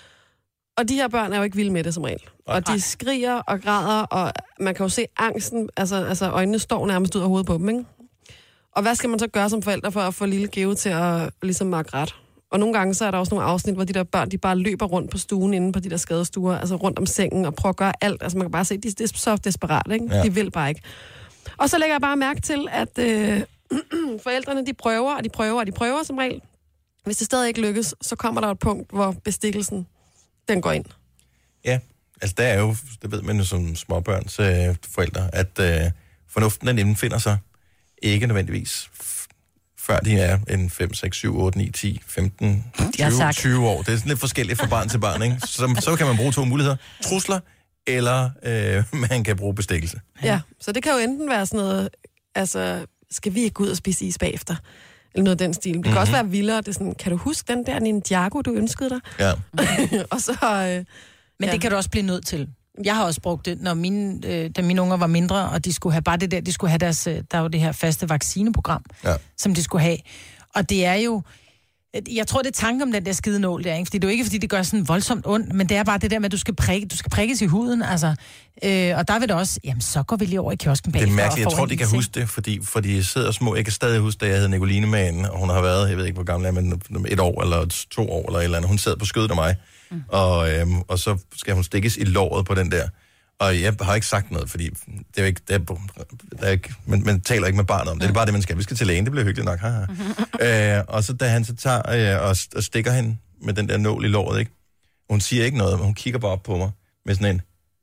Og de her børn er jo ikke vilde med det som regel. Og de skriger og græder, og man kan jo se angsten, altså, altså øjnene står nærmest ud af hovedet på dem, ikke? Og hvad skal man så gøre som forældre for at få lille Geo til at ligesom markere ret? Og nogle gange så er der også nogle afsnit, hvor de der børn, de bare løber rundt på stuen inde på de der skadestuer, altså rundt om sengen og prøver at gøre alt. Altså man kan bare se, de er så desperat, ikke? Ja. De vil bare ikke. Og så lægger jeg bare mærke til, at øh, forældrene, de prøver, og de prøver, og de prøver som regel. Hvis det stadig ikke lykkes, så kommer der et punkt, hvor bestikkelsen, den går ind. Ja, altså der er jo, det ved man jo som småbørns øh, forældre, at øh, fornuften den indfinder sig ikke nødvendigvis før de er en fem, seks, syv, otte, ni, ti, femten, tyve, tyve år. Det er sådan lidt forskelligt fra barn til barn, ikke? Så, så kan man bruge to muligheder. Trusler, eller øh, man kan bruge bestikkelse. Ja, så det kan jo enten være sådan noget, altså, skal vi ikke gå ud og spise is bagefter? Eller noget af den stil. Det kan mm-hmm. også være vildere. Det er sådan, kan du huske den der Ninjago, du ønskede dig? Ja. og så... Øh, Men ja. Det kan du også blive nødt til. Jeg har også brugt det, når mine, øh, da mine unger var mindre, og de skulle have bare det der, de skulle have deres, der er jo det her faste vaccineprogram, ja. Som de skulle have. Og det er jo, jeg tror, det er tanken om den der skide nål der, ikke? Fordi det er jo ikke, fordi det gør sådan voldsomt ondt, men det er bare det der med, at du skal, prikke, du skal prikkes i huden, altså. Øh, og der vil det også, jamen så går vi lige over i kiosken bagefter. Det er mærkeligt, jeg tror, de kan huske det, fordi, fordi jeg sidder små, jeg kan stadig huske, da jeg havde Nicoline med hende, og hun har været, jeg ved ikke, hvor gammel er, men et år eller to år eller et eller andet. Hun sad på skødet af mig, mm. og, øhm, og så skal hun stikkes i låret på den der. Og jeg har ikke sagt noget, fordi det er jo ikke, det er, der er ikke man, man taler ikke med barnet om det. Det er bare det, man skal. Vi skal til lægen, det bliver hyggeligt nok. øh, og så da han så tager øh, og, og stikker hende med den der nål i låret, ikke? Hun siger ikke noget, men hun kigger bare op på mig med sådan en,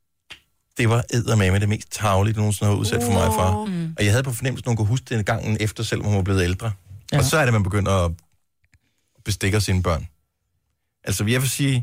det var eddermame det mest tarvelige, du nogensinde har udsat for mig for. Mm. Og jeg havde på fornemmelsen, at hun kunne huske det en gangen efter, selvom hun var blevet ældre. Ja. Og så er det, man begynder at bestikke sine børn. Altså, jeg vil sige,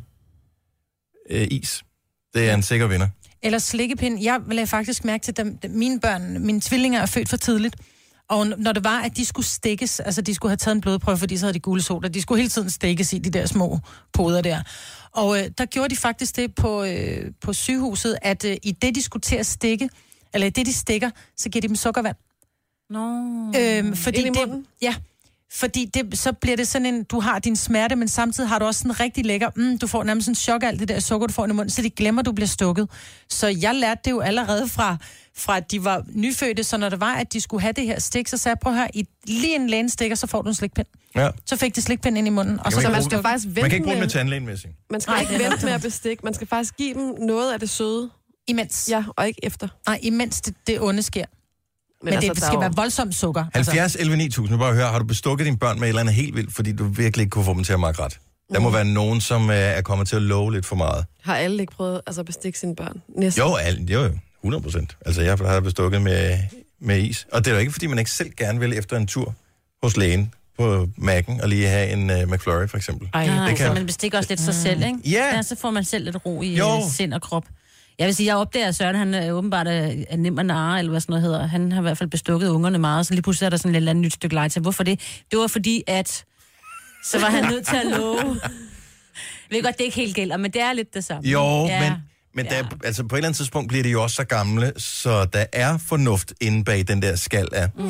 øh, is, det er en sikker vinder. Eller slikkepind. Jeg lagde faktisk mærke til, at mine børn, mine tvillinger er født for tidligt. Og når det var, at de skulle stikkes, altså de skulle have taget en blodprøve, fordi så havde de gule soda, de skulle hele tiden stikkes i de der små poder der. Og øh, der gjorde de faktisk det på, øh, på sygehuset, at øh, i det, de skulle til at stikke, eller i det, de stikker, så giver de dem sukkervand. Nå. Øhm, fordi det, ja, fordi det, så bliver det sådan en, du har din smerte, men samtidig har du også sådan en rigtig lækker, mm, du får nærmest sådan en chok af alt det der sukker, du får i munden, så de glemmer, du bliver stukket. Så jeg lærte det jo allerede fra, fra at de var nyfødte, så når det var, at de skulle have det her stik, så sagde jeg, prøv at høre, i lige en lægen stikker, så får du en slikpind. Ja. Så fik de slikpind ind i munden. Og så, så man skal faktisk vente man kan ikke bruge det med tandlægen, med sig. Man skal Nej, ikke vente med at bestikke, man skal faktisk give dem noget af det søde. Imens. Ja, og ikke efter. Nej, imens det, det onde sker. Men, men altså, det skal jo være voldsomt sukker. halvfjerds elleve ni tusind, bare høre, har du bestukket dine børn med et eller andet helt vildt, fordi du virkelig ikke kunne få dem til at markere ret? Der må mm. være nogen, som er kommet til at love lidt for meget. Har alle ikke prøvet altså, at bestikke sine børn? Næsten. Jo, alle, jo, jo, hundrede procent. Altså, jeg har bestukket med, med is. Og det er jo ikke, fordi man ikke selv gerne vil efter en tur hos lægen på Mac'en og lige have en uh, McFlurry, for eksempel. Ej, det kan... så man bestikker også lidt sig selv, ikke? Yeah. Ja, så får man selv lidt ro i jo. sind og krop. Jeg vil sige, jeg opdager, at Søren, han er åbenbart er nem og narre, eller hvad sådan noget hedder. Han har i hvert fald bestukket ungerne meget, så lige pludselig er der sådan et eller andet nyt stykke legetøj. Hvorfor det? Det var fordi, at så var han nødt til at love. Jeg ved godt, det ikke helt gælder, men det er lidt det samme. Jo, ja. men, men ja. Der, altså på et eller andet tidspunkt bliver de jo også så gamle, så der er fornuft inde bag den der skal af. Mm.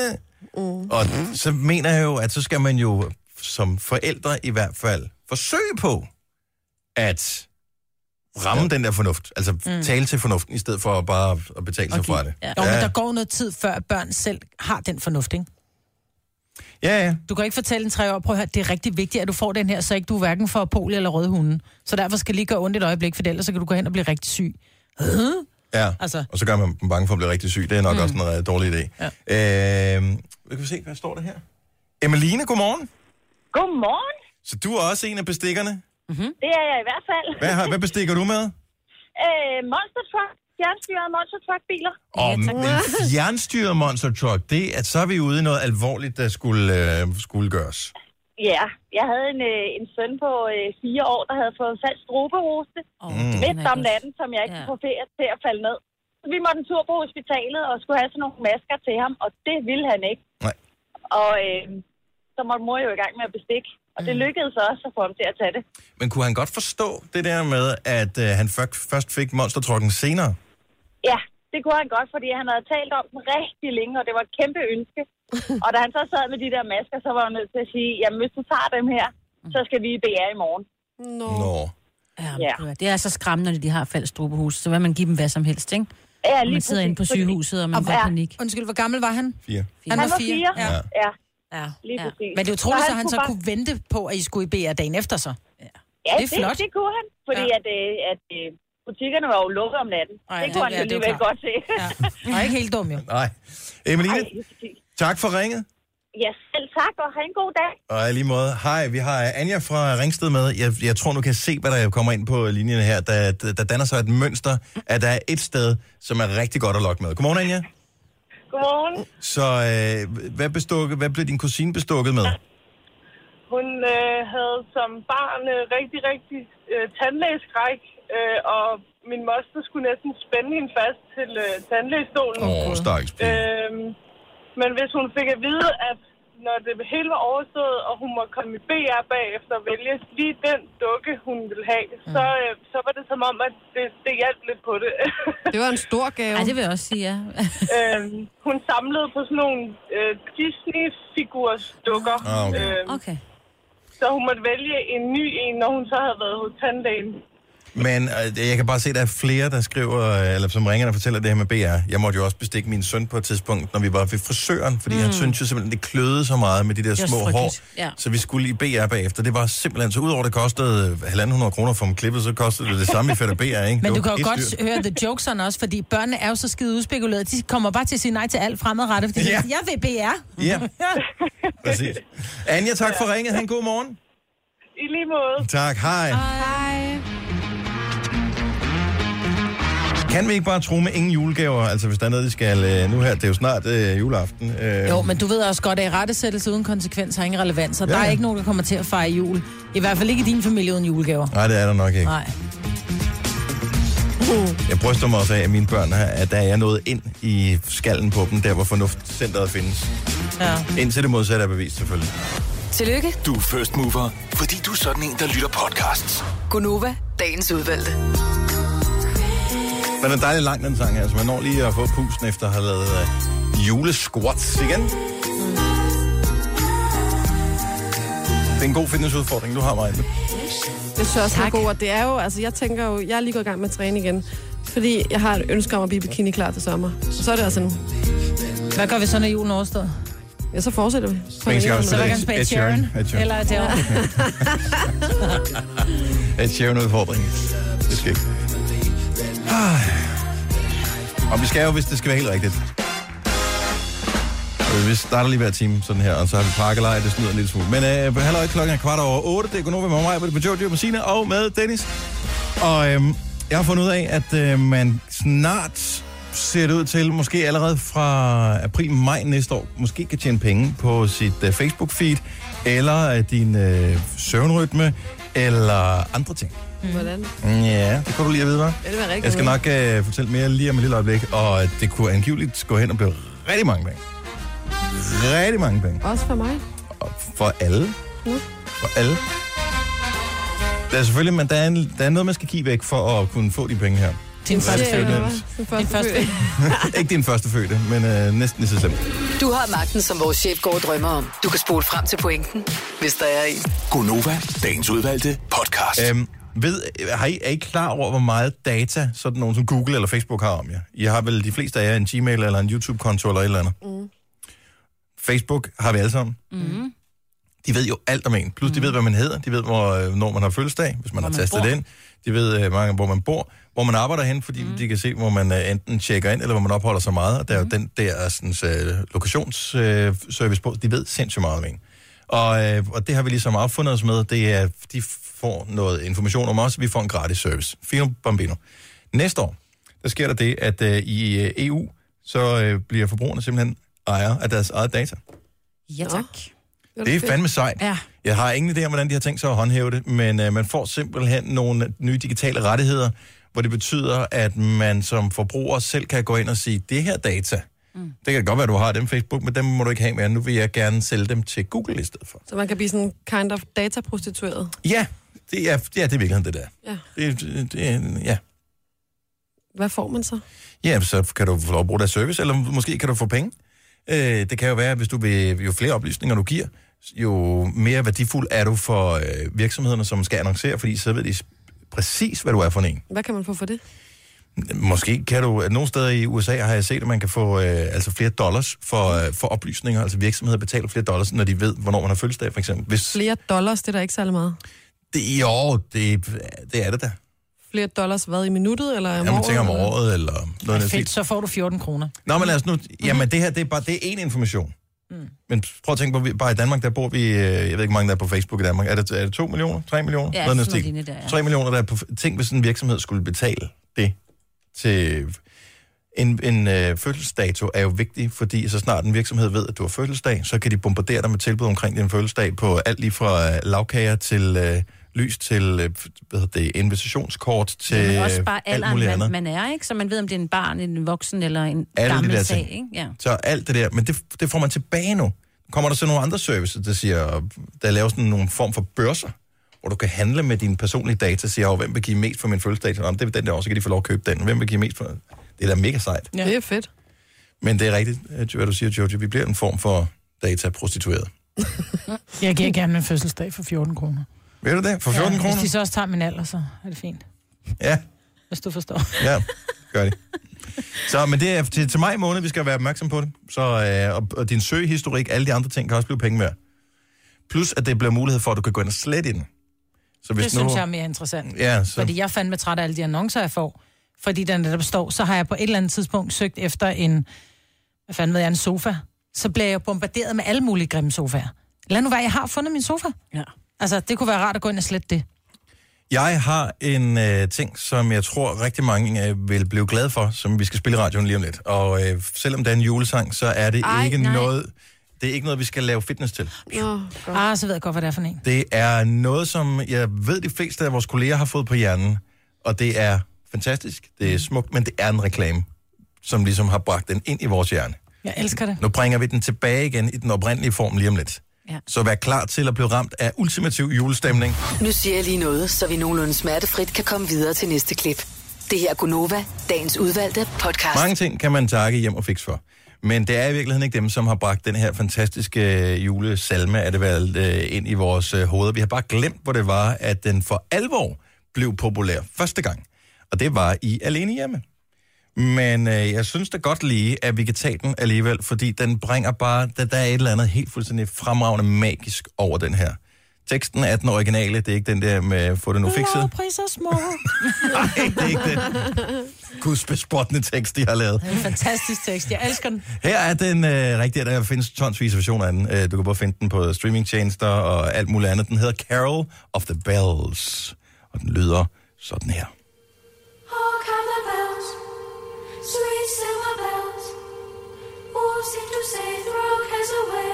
Mm. Og så mener jeg jo, at så skal man jo som forældre i hvert fald forsøge på at ramme ja. den der fornuft. Altså mm. tale til fornuften, i stedet for bare at betale okay. sig fra det. Ja. Jo, men der går noget tid, før børn selv har den fornuft, ikke? Ja, ja. Du kan ikke fortælle en tre år, prøv at høre, det er rigtig vigtigt, at du får den her, så ikke du hverken får polio eller rødhunden. Så derfor skal lige gøre ondt et øjeblik, for ellers så kan du gå hen og blive rigtig syg. Øh? Ja, altså. Og så gør man dem bange for at blive rigtig syg. Det er nok mm. også en dårlig idé. Ja. Øh, vi kan se, hvad står der her? Emmeline, godmorgen. Godmorgen. Så du er også en af bestikkerne? Mm-hmm. Det er jeg i hvert fald. Hvad, har, hvad bestikker du med? Øh, monster truck. Fjernstyrede monster truck biler. Og ja, en fjernstyret monster truck, det er, så er vi ude i noget alvorligt, der skulle, øh, skulle gøres. Ja, jeg havde en, øh, en søn på øh, fire år, der havde fået falsk strubehoste. Oh, Mm. Midt om natten, som jeg ikke Ja. kunne få ferie til at falde ned. Så vi måtte en tur på hospitalet og skulle have sådan nogle masker til ham, og det ville han ikke. Nej. Og øh, så måtte mor jo i gang med at bestikke. Og det lykkedes også at få ham til at tage det. Men kunne han godt forstå det der med, at øh, han f- først fik monstertrucken senere? Ja, det kunne han godt, fordi han havde talt om den rigtig længe, og det var et kæmpe ønske. Og da han så sad med de der masker, så var han nødt til at sige, jamen hvis du tager dem her, så skal vi i B R i morgen. Nå. Nå. Ja, Ja. ja. Det er så skræmmende, når de har falsk strubehus. Så vil man give dem hvad som helst, ikke? Ja, Og lige man sidder inde på præcis, sygehuset, og man Og får ja. panik. Undskyld, hvor gammel var han? Fire. Han, Han var fire. Ja. Ja. Ja, Ja, lige ja. præcis. Men det er utroligt, så han så bare- kunne vente på, at I skulle i B R dagen efter så. Ja, det er flot. Det, det kunne han, fordi Ja. at, øh, at øh, butikkerne var jo lukket om natten. Ej, det kunne ja, han ja, jo det er jo alligevel klart. godt se. Ja. Og ikke helt dum, jo. Nej. Emmeline, Ej, lige præcis. tak for ringet. Ja, selv tak, og have en god dag. Og i lige måde, hej, vi har Anja fra Ringsted med. Jeg, jeg tror, du kan se, hvad der kommer ind på linjen her. Der, der danner sig et mønster, at der er et sted, som er rigtig godt at lokke med. Godmorgen, Anja. Godmorgen. Så øh, hvad, bestukket, hvad blev din kusine bestukket med? Hun øh, havde som barn øh, rigtig, rigtig øh, tandlægeskræk, øh, og min moster skulle næsten spænde hende fast til øh, tandlægestolen. Åh, oh, stakkels pige. Øh, men hvis hun fik at vide, at når det hele var overstået, og hun måtte komme i B R bagefter og vælge lige den dukke, hun ville have, mm. så, øh, så var det som om, at det, det hjalp lidt på det. Det var en stor gave. Ej, det vil jeg også sige, ja. øh, hun samlede på sådan nogle øh, Disney-figurs dukker. Ah, okay. Øh, Okay. Så hun måtte vælge en ny en, når hun så havde været hos tandlægen. Men øh, jeg kan bare se, at der er flere, der skriver, øh, eller som ringer og fortæller det her med B R. Jeg måtte jo også bestikke min søn på et tidspunkt, når vi var ved frisøren, fordi mm. han syntes jo simpelthen, det kløede så meget med de der Det var små hår. frygteligt, ja. Så vi skulle i B R bagefter. Det var simpelthen, så udover det kostede halvanden hundrede kroner for dem klippet, så kostede det det samme i fedt B R, ikke? Men Det du var kan jo pisse godt dyrt. høre the jokes on også, fordi børnene er jo så skide udspekuleret. De kommer bare til at sige nej til alt fremadrettet, fordi Ja. ja. jeg vil B R. Ja, præcis. Anja, tak for ringet. Han god morgen. I lige måde. Tak, hej. Hej. Kan vi ikke bare tro med ingen julegaver? Altså, hvis der er noget, de skal øh, nu her, det er jo snart øh, juleaften. Øh, Jo, men du ved også godt, at rettesættelse uden konsekvens har ingen relevans, så Ja, ja. der er ja. ikke nogen, der kommer til at fejre jul. I hvert fald ikke i din familie uden julegaver. Nej, det er der nok ikke. Nej. Jeg bryster mig også af, at mine børn her, at der er noget ind i skallen på dem, der hvor fornuftcenteret findes. Ja. Indtil det modsatte er bevist, selvfølgelig. Tillykke, Du er first mover, fordi du er sådan en, der lytter podcasts. Gunova, dagens udvalgte. Den er dejligt lang, den sang her, så man når lige at få pusten efter at have lavet uh, julesquats igen. Det er en god fitnessudfordring, du har, Maja. Det synes jeg også er god, og det er jo, altså jeg tænker jo, jeg er lige gået i gang med at træne igen, fordi jeg har et ønske om at blive bikini klar til sommer. Og så er det altså nu. Hvad gør vi så, når julen overstår? Ja, så fortsætter vi. Men skal også Så vil jeg spille gerne spille Ed Sharon. Sheeran. Ed Sheeran. Eller Adele. Ed Sheeran-udfordring. Det skal ikke. Ah. Og vi skal jo, hvis det skal være helt rigtigt. Og vi starter lige hver time sådan her, og så har vi pakkeleje, det snyder en lille smule. Men øh, halløj, klokken er kvart over otte. Det er Gunova med mig, med Jojo, med Signe og med Dennis. Og øh, jeg har fundet ud af, at øh, man snart ser det ud til, måske allerede fra april-maj næste år, måske kan tjene penge på sit øh, Facebook-feed, eller øh, din øh, søvnrytme, eller andre ting. Hvordan? Ja, det kunne du lige at vide, hva'? Ja, det var rigtig Jeg skal nok øh, fortælle mere lige om et lille øjeblik, og det kunne angiveligt gå hen og blive rigtig mange penge. Rigtig mange penge. Også for mig. Og for alle. Ja. For alle. Der er selvfølgelig, men der er, en, der er noget, man skal give væk for at kunne få de penge her. Din første Ja, fødte. ja, din første Din første fødte. Ikke din første fødte, men øh, næsten lige så slemt. Du har magten, som vores chef går og drømmer om. Du kan spole frem til pointen, hvis der er en. Gunova, dagens udvalgte podcast. Øhm, ved, har I, er I klar over, hvor meget data sådan nogen som Google eller Facebook har om jer? I har vel de fleste af jer en Gmail eller en YouTube-konto eller et eller andet. Mm. Facebook har vi alle sammen. Mm. De ved jo alt om en. Plus mm. de ved, hvad man hedder. De ved, hvor, når man har fødselsdag, hvis man hvor har tastet det ind. De ved, uh, mange, hvor man bor. Hvor man arbejder hen, fordi mm. de kan se, hvor man uh, enten tjekker ind, eller hvor man opholder sig meget. Og der er jo mm. den der sådan, uh, lokationsservice uh, på. De ved sindssygt meget om en. Og, uh, og det har vi ligesom affundet os med. Det er, de får noget information om os. Vi får en gratis service. Fino Bambino. Næste år, der sker der det, at uh, i uh, E U, så uh, bliver forbrugerne simpelthen ejer af deres eget data. Ja, tak. Det er fandme sejt. Ja. Jeg har ingen idé om, hvordan de har tænkt sig at håndhæve det, men øh, man får simpelthen nogle nye digitale rettigheder, hvor det betyder, at man som forbruger selv kan gå ind og sige, det her data, mm. det kan godt være, at du har dem Facebook, men dem må du ikke have mere. Nu vil jeg gerne sælge dem til Google i stedet for. Så man kan blive sådan kind of dataprostitueret? Ja, det er, ja, det er virkelig det der. Ja. Det, det, det, ja. Hvad får man så? Ja, så kan du få lov at bruge deres service, eller måske kan du få penge. Øh, det kan jo være, at hvis du vil, jo flere oplysninger du giver, jo mere værdifuld er du for øh, virksomhederne, som skal annoncere, fordi så ved de præcis, hvad du er for en. Hvad kan man få for det? Måske kan du, nogle steder i U S A har jeg set, at man kan få øh, altså flere dollars for, øh, for oplysninger, altså virksomheder betaler flere dollars, når de ved, hvornår man har fødselsdag, for eksempel. Hvis... Flere dollars, det er da ikke særlig meget. Det, jo, det, det er det da. Flere dollars hvad, i minuttet, eller om ja, man tænker om eller? året, eller noget. Ja, fedt, så får du fjorten kroner. Nå, men altså nu, jamen det her, det er bare, det er én information. Mm. Men prøv at tænke på, vi, bare i Danmark, der bor vi, jeg ved ikke, hvor mange der er på Facebook i Danmark. Er det, er det to millioner? Tre millioner? Ja, noget sådan der, ja. Tre millioner, der er på, tænk, hvis en virksomhed skulle betale det til... En, en øh, fødselsdato er jo vigtig, fordi så snart en virksomhed ved, at du har fødselsdag, så kan de bombardere dig med tilbud omkring din fødselsdag på alt lige fra øh, lavkager til øh, lys til øh, hvad hedder det, invitationskort til ja, men også bare alt muligt alderen, andet. Man, man er, ikke? Så man ved, om det er en barn, en voksen eller en alle gammel sag, ikke? Ja. Så alt det der, men det, det får man tilbage nu. Kommer der så nogle andre services, der siger, der laver sådan nogle form for børser, hvor du kan handle med dine personlige data, siger, oh, hvem vil give mest for min fødselsdag? Om det er den der også, så kan de få lov at købe den. Hvem vil give mest for... Det er da mega sejt. Ja. Det er fedt. Men det er rigtigt, hvad du siger, Jojo. Vi bliver en form for data-prostitueret. Jeg giver gerne en fødselsdag for fjorten kroner. Ved du det? For fjorten ja, kroner? Hvis de så også tager min alder, så er det fint. Ja. Hvis du forstår. Ja, gør det. Så, men det er til, til maj måned, vi skal være opmærksom på det. Så, øh, og, og din søgehistorik, alle de andre ting, kan også blive penge værd. Plus, at det bliver mulighed for, at du kan gå ind og slette i den. Så hvis det nu... synes jeg er mere interessant. Ja, så... Fordi jeg er fandme træt af alle de annoncer, jeg får. Fordi der netop står, så har jeg på et eller andet tidspunkt søgt efter en, hvad fanden ved jeg, en sofa. Så bliver jeg bombarderet med alle mulige grimme sofaer. Lad nu være, jeg har fundet min sofa. Ja. Altså, det kunne være rart at gå ind og slette det. Jeg har en øh, ting, som jeg tror rigtig mange øh, vil blive glade for, som vi skal spille i radioen lige om lidt. Og øh, selvom det er en julesang, så er det Ej, ikke nej. noget... Det er ikke noget, vi skal lave fitness til. Nå, ah, så ved jeg godt, hvad det er for en. Det er noget, som jeg ved, de fleste af vores kolleger har fået på hjernen. Og det er fantastisk, det er smukt, men det er en reklame, som ligesom har bragt den ind i vores hjerne. Jeg elsker det. Nu bringer vi den tilbage igen i den oprindelige form lige om lidt. Ja. Så vær klar til at blive ramt af ultimativ julestemning. Nu siger jeg lige noget, så vi nogenlunde smertefrit kan komme videre til næste klip. Det her er Gunova, dagens udvalgte podcast. Mange ting kan man takke hjem og fikse for. Men det er i virkeligheden ikke dem, som har bragt den her fantastiske julesalme, er det vel, øh, ind i vores øh, hoveder. Vi har bare glemt, hvor det var, at den for alvor blev populær første gang. Og det var i Alene Hjemme. Men øh, jeg synes da godt lige, at vi kan tage den alligevel, fordi den bringer bare, der, der er et eller andet helt fuldstændig fremragende magisk over den her. Teksten er den originale, det er ikke den der med få det nu fikset. Lovpriser små. Nej, det er ikke den gudsbespottende tekst, de har lavet. Det er en fantastisk tekst, jeg elsker den. Her er den øh, rigtige, der findes tonsvis versioner af den. Øh, du kan både finde den på streamingtjenester og alt muligt andet. Den hedder Carol of the Bells, og den lyder sådan her. Hark how the bells, sweet silver bells, all seem to say throw cares away.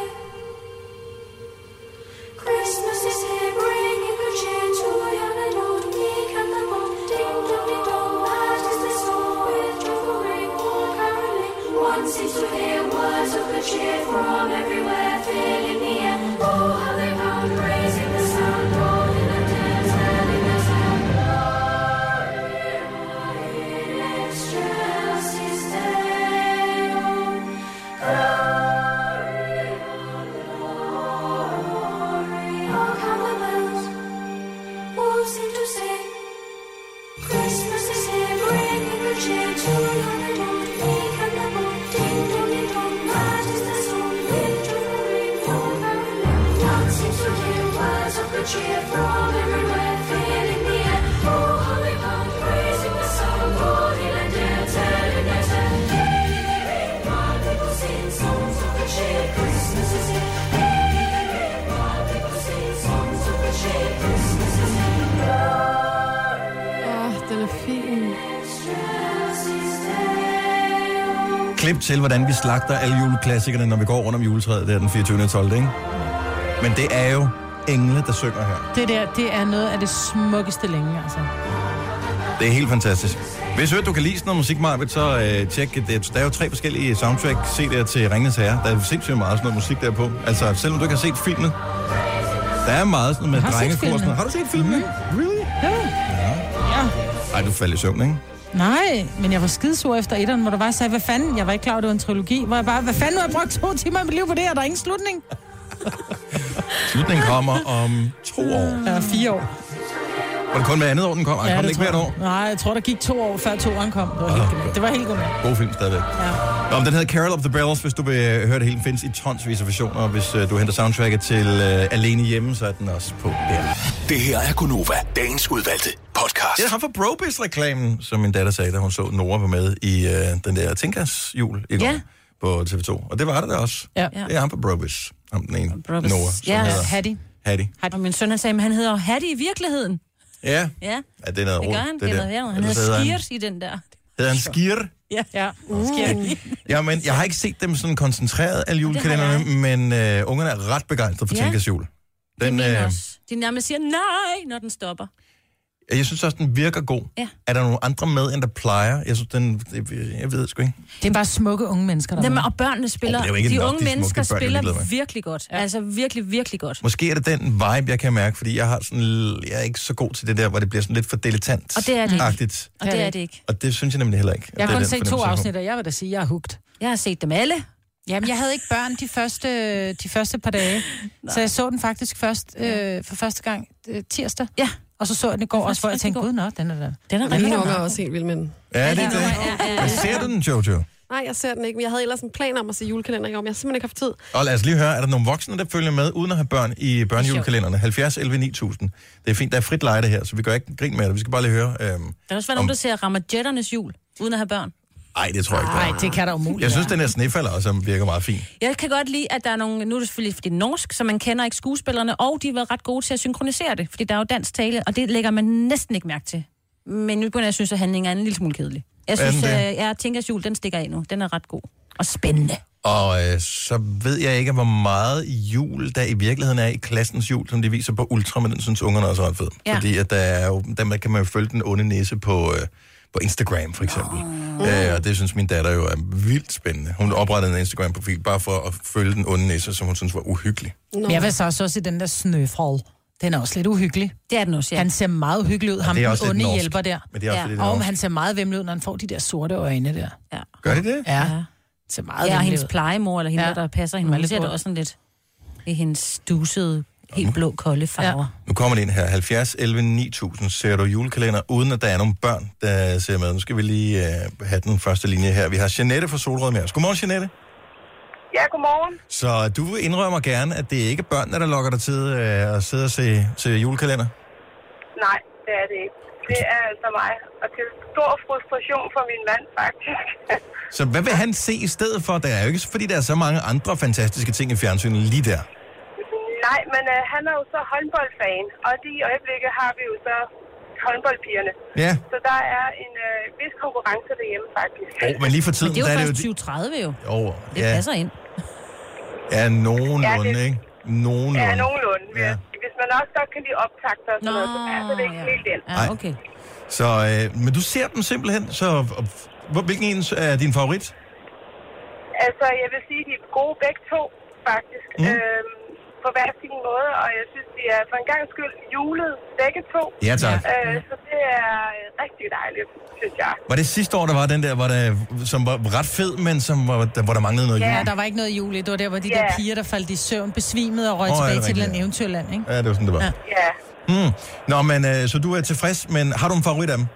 Christmas is here, bringing good cheer to young and old, meek and the bold. Ding dong ding dong, that is the song with joyful ring, all caroling. One seems to hear words of good cheer from everywhere, filling the air. Oh, how they pound, raising the sound, all in the dance, telling the sound. Cheer from everywhere, filling the air. Oh, how they pound, praising the sound, holding and dare, telling their tale. Hey, hey, hey, wild people sing songs of good cheer. Christmas is here. Hey, hey, hey, wild people sing songs of good cheer. Christmas is here. Åh, den er fin. Klip til, hvordan vi slagter alle juleklassikerne, når vi går rundt om juletræet, det er den fireogtyvende tolvte ikke? Men det er jo engle, der synger her. Det der, det er noget af det smukkeste længe, altså. Det er helt fantastisk. Hvis du kan lide sådan noget musik, Marvitt, så øh, tjek det. Der er jo tre forskellige soundtrack-C D'er til Ringenes Herre. Der er sindssygt meget sådan noget musik der på. Altså, selvom du ikke har set filmen, der er meget sådan noget med drengekor. Har du set filmen? Mm. Really? Ja. Ja. Ej, du faldt i søvn, ikke? Nej, men jeg var skidesur efter etteren, hvor du bare sagde, hvad fanden? Jeg var ikke klar, det var en trilogi. Hvor jeg bare, hvad fanden, nu har jeg brugt to timer i mit liv på det, og der er ingen slutning. Slutningen kommer om to år. Ja, fire år. Var det kun med andet år, den kom? Ej, Ja, kom den det ikke tror hvert år? jeg. Nej, jeg tror, der gik to år, før toeren kom. Det var helt, okay. det var helt godt. God film stadigvæk. Ja. Nå, men den hedder Carol of the Bells, hvis du vil høre det hele. Den findes i tonsvis af versioner, og hvis uh, du henter soundtracket til uh, Alene Hjemme, så er den også på der. Det her er Gunova, dagens udvalgte podcast. Det er ham for Brobis-reklamen, som min datter sagde, da hun så Nora var med i uh, den der Tinkas jul i går Ja. på T V to. Og det var det der også. Ja. Det er ham for Brobis. Ham den ene. Brobis. Nora, som Ja. hedder Hattie. Hattie. Og min søn han sagde, at han hedder Hattie i virkeligheden. Ja. Ja, Ja, det er noget det gør rod, han. det Det der. han han Ellers hedder hedder Skirt i den der. Hedder han Skir? Ja. Ja. Ja, men jeg har ikke set dem sådan koncentreret, alle julekalenderne, men øh, ungerne er ret begejstrede for Ja. Tinkas jul. Den, Den, øh, også. De nærmest siger nej, når den stopper. jeg synes også, den virker god. Ja. Er der nogle andre med, end der plejer? Jeg synes, den... Jeg ved sgu ikke. Det er bare smukke unge mennesker, der Dem, er. og børnene spiller, Oh, det er jo ikke de nok, unge de smukke mennesker børn, jeg er spiller ligeglad med. virkelig godt. Ja. Altså virkelig, virkelig godt. Måske er det den vibe, jeg kan mærke, fordi jeg har sådan... Jeg er ikke så god til det der, hvor det bliver sådan lidt for dilettant. Og det er det ikke. Agtigt. Og det er det ikke. Og det synes jeg nemlig heller ikke. Jeg har Det er kun den set to fornemmelse, jeg får. afsnit, og jeg vil da sige, at jeg er hugt. Jeg har set dem alle. Jamen, jeg havde ikke børn de første, de første par dage, så jeg så den faktisk først øh, for første gang øh, tirsdag. Ja. Og så så jeg den i går også, hvor jeg tænkte, gud nå, den er der. Den er Mine rigtig unger er god. også helt vilde med den. Ja, det er det. Men ser du den, Jojo? Nej, jeg ser den ikke, men jeg havde ellers en plan om at se julekalender i år, men jeg har simpelthen ikke haft tid. Og lad os lige høre, er der nogle voksne, der følger med, uden at have børn i børnejulekalenderne? halvfjerds elleve ni tusind. Det er fint, der er frit lejde her, så vi gør ikke grin med det. Vi skal bare lige høre. Øhm, Der er også været nogen, der ser Ramajetternes jul, uden at have børn. Ej, det tror jeg ikke. der er. Nej, det kan da umuligt. Jeg synes, den her snefalder også virker meget fin. Jeg kan godt lide, at der er nogle... Nu er det selvfølgelig, fordi det er norsk, så man kender ikke skuespillerne, og de har været ret gode til at synkronisere det, fordi der er jo dansk tale, og det lægger man næsten ikke mærke til. Men nu begynder jeg at synes, at handlingen er en lille smule kedelig. Jeg Er den synes, det? at jeg tænker, at jul, den stikker af nu. Den er ret god. Og spændende. Og øh, så ved jeg ikke, hvor meget jul der i virkeligheden er i klassens jul, som de viser på Ultra, men den synes ungerne også er ret fed. Ja. Fordi at der er jo, der kan man jo følge den onde næse på, øh, på Instagram, for eksempel. Oh. Øh, og det synes min datter jo er vildt spændende. Hun oprettede en Instagram-profil bare for at følge den onde næse, som hun synes var uhyggelig. Men jeg vil så også sige, den der snøfrold. Den er også lidt uhyggelig. Det er den også, ja. Han ser meget uhyggelig ud, ham det er den også lidt onde norsk. hjælper der. Men det er også Ja. fordi, det er Og norsk. han ser meget vemmelig ud, når han får de der sorte øjne der. Ja. Gør de det? Ja, Ja. det ser meget Ja, og vemmelig hendes ud. plejemor, eller hende, Ja. ja. der passer hende, Meget man ser det godt. også sådan lidt i hendes stusede, helt blå, kolde farver. Nu kommer det ind her. halvfjerds elleve ni tusind. Ser du julekalender, uden at der er nogen børn, der ser med? Nu skal vi lige uh, have den første linje her. Vi har Jeanette fra Solrød med os. Godmorgen, Jeanette. Ja, godmorgen. Så du indrømmer gerne, at det ikke er børnene, der lokker dig til uh, at sidde og se, se julekalender? Nej, det er det ikke. Det er altså mig. Og til stor frustration for min mand, faktisk. Så hvad vil han se i stedet for? Der er jo ikke, fordi der er så mange andre fantastiske ting i fjernsynet lige der. Nej, men øh, han er jo så håndboldfan, og lige i øjeblikket har vi jo så håndboldpigerne. Ja. Så der er en øh, vis konkurrence derhjemme, faktisk. Oh, men lige for tiden, Men det er jo der er først det jo... tyve tredive jo. Jo, Det ja, passer ind. ja, nogenlunde, Ja, det- ikke? Nogenlunde. Ja, nogenlunde. Ja. Ja. Hvis man også godt kan lide optagter og sådan noget, så passer det ikke ja. helt ind. Ja, okay. Så, øh, men du ser dem simpelthen, så og, hvor, hvilken en er din favorit? Altså, jeg vil sige, de er gode begge to, faktisk. Mm. Øhm, på hver sin måde, og jeg synes, de er for en gang skyld julet begge to. Ja, tak. Øh, så det er rigtig dejligt, synes jeg. Var det sidste år, der var den der, hvor der, som var ret fed, men som var, der, hvor der manglede noget Ja. jul? Ja, der var ikke noget jul i. Det var der, hvor de Ja. der piger, der faldt i søvn, besvimede og røg Åh, oh, ja, tilbage det er til et eller andet rigtigt, eventyrland, ikke? Ja, det var sådan, det var. Ja. Ja. Hmm. Nå, men øh, så du er tilfreds, men har du en favorit af dem?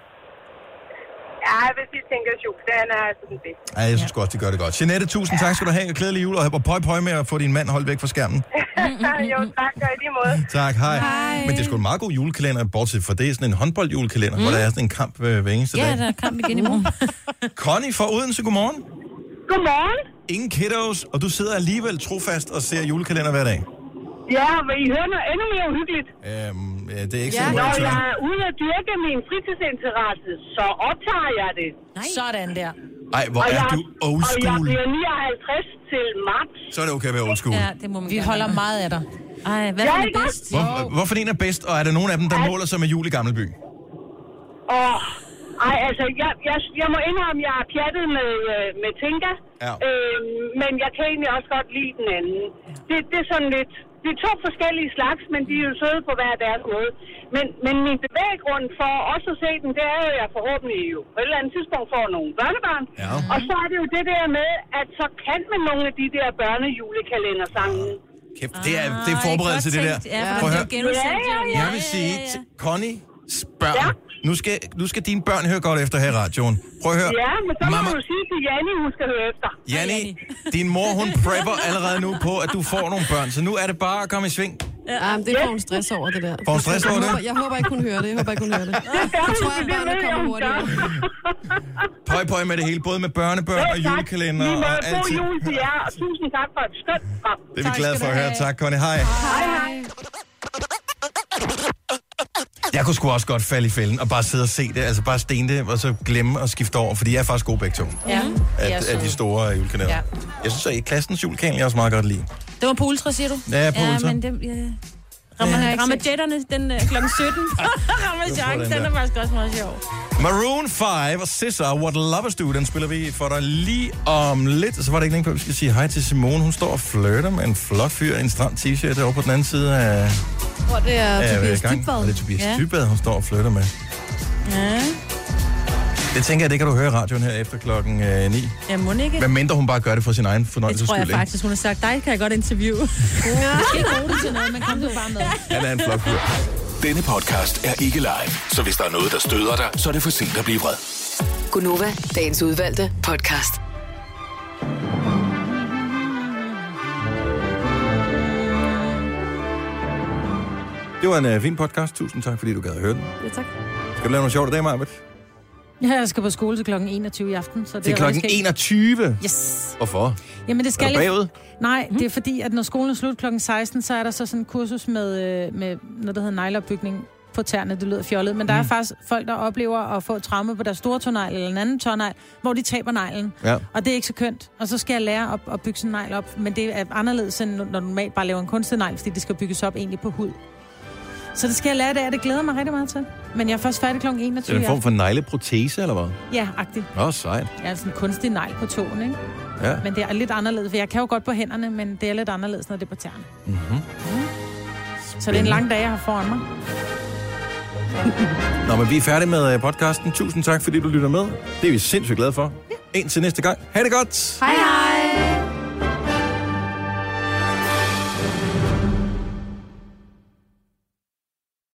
Ja, jeg vil sige, tænker jul, den er altså den bedste. Ja, jeg synes ja. godt, de gør det godt. Jeanette, tusind tak skal du have, og glædelig jul, og pøj pøj med at få din mand holdt væk fra skærmen. jo, tak, og i lige måde. Tak, hej. hej. Men det er sgu en meget god julekalender, bortset fra det er sådan en håndboldjulekalender, mm. hvor der er sådan en kamp øh, hver eneste Ja, dag. der er kamp igen i morgen. Connie fra Odense, godmorgen. Godmorgen. Ingen kiddos, og du sidder alligevel trofast og ser julekalender hver dag. Ja, men I hører noget endnu mere uhyggeligt. Øhm, ja, det er ikke Ja, så Når godt. jeg er ude at dyrke min fritidsinteresse, så optager jeg det. Nej. Sådan der. Ej, hvor og er jeg, du old Og jeg school. bliver nioghalvtreds til marts. Så er det okay at være old school. Ja, det må man Vi gerne holder være. meget af dig. Ej, hvad Ja, er det ikke bedst? Hvor, hvorfor en er bedst, og er der nogen af dem, der måler sig med jul i Gammelby? Og, ej, altså, jeg, jeg, jeg må indrømme, at jeg er pjattet med, øh, med Tinka, Ja. øh, men jeg kan egentlig også godt lide den anden. Det, det er sådan lidt... Det er to forskellige slags, men de er jo søde på hver deres måde. Men, men min bevæggrund for også at se den, det er jo, at jeg forhåbentlig jo på et eller andet tidspunkt får nogle børnebørn. Ja. Og så er det jo det der med, at så kan man nogle af de der børnejulekalendersange. Kæft, det er, det er forberedelse, det der. Ja, Prøv at høre. Ja, ja, ja. Jeg vil sige, til Connie, spørg. Ja. Nu skal, nu skal dine børn høre godt efter her i radioen. Prøv at høre. Ja, men så må Mamma, du sige til Janni, hun skal høre efter. Janni, din mor, hun prepper allerede nu på, at du får nogle børn. Så nu er det bare at komme i sving. Ja, men det får hun stress over, det der. Får hun stress over jeg det? Håber, jeg håber ikke, hun hører det. Jeg håber ikke, hun hører det. Jeg tror, at børnene kommer hurtigt. Pøj, pøj med det hele, både med børnebørn og julekalender Vi må og god alt. jul til jer, og tusind tak for et skønt program. Det er vi glade for at høre. Tak, Connie. Hej. Hej, hej. Jeg kunne sgu også godt falde i fælden og bare sidde og se det, altså bare stene det, og så glemme at skifte over, fordi jeg er faktisk gode begge to. Ja. Af, af de store julekalender. Ja. Jeg synes, at i klassens julekalender, jeg også meget godt lide. Det var på Ultra, siger du? Ja, på Ultra. Ja, men det... Ja. Rammer, rammer jetterne den uh, klokken sytten. Rammer Jacques, den er faktisk også meget sjov. Maroon fem og S Z A, What Lovers Do, den spiller vi for dig lige om lidt. Så var det ikke længe før, vi skal sige hej til Simone. Hun står og flirter med en flot fyr i en stram t-shirt derovre på den anden side af... Hvor det er af Tobias gangen. Dybvad. Og det er Tobias Ja. Dybvad, hun står og flirter med. Ja. Det tænker jeg, det kan du høre i radioen her efter klokken øh, ni. Ja, må ikke? Hvad mindre hun bare gør det for sin egen Det fornøjelses tror jeg skyld, ikke? faktisk, hun har sagt. Dig kan jeg godt interviewe. Ja. Jeg skal ikke bruge det til noget, men kom du bare med. Han er en flot fyr. Denne podcast er ikke live, så hvis der er noget, der støder dig, så er det for sent at blive vred. Gunova, dagens udvalgte podcast. Det var en uh, fin podcast. Tusind tak, fordi du gad at høre den. Ja, tak. Skal du lave noget sjovt i dag, Marbet? Ja, jeg skal på skole til klokken enogtyve i aften. Så det Til er klokken rigtig- enogtyve? Yes. Hvorfor? Jamen, det skal Er du jeg- bagud? Nej, det er fordi, at når skolen er slut klokken seksten, så er der så sådan en kursus med, øh, med noget, der hedder negleopbygning på tæerne. Det lyder fjollet, men der er faktisk folk, der oplever at få et traume på deres store tånegl eller en anden tånegl, hvor de taber neglen. Ja. Og det er ikke så kønt. Og så skal jeg lære at, at bygge sådan en negl op, men det er anderledes, end når du normalt bare laver en kunstig negl, fordi det skal bygges op egentlig på hud. Så det skal jeg lære i dag, og det glæder mig rigtig meget til. Men jeg er først færdig klokken Er enogtyve. det en form for negleprotese, eller hvad? Ja, agtigt. Åh, oh, sejt. Jeg er sådan en kunstig negl på tåen, ikke? Ja. Men det er lidt anderledes, for jeg kan jo godt på hænderne, men det er lidt anderledes, når det er på tæerne. Mm-hmm. Så det er en lang dag, jeg har foran mig. Nå, men vi er færdige med øh, podcasten. Tusind tak, fordi du lytter med. Det er vi sindssygt glade for. Indtil næste gang. Ha' det godt! Hej hej!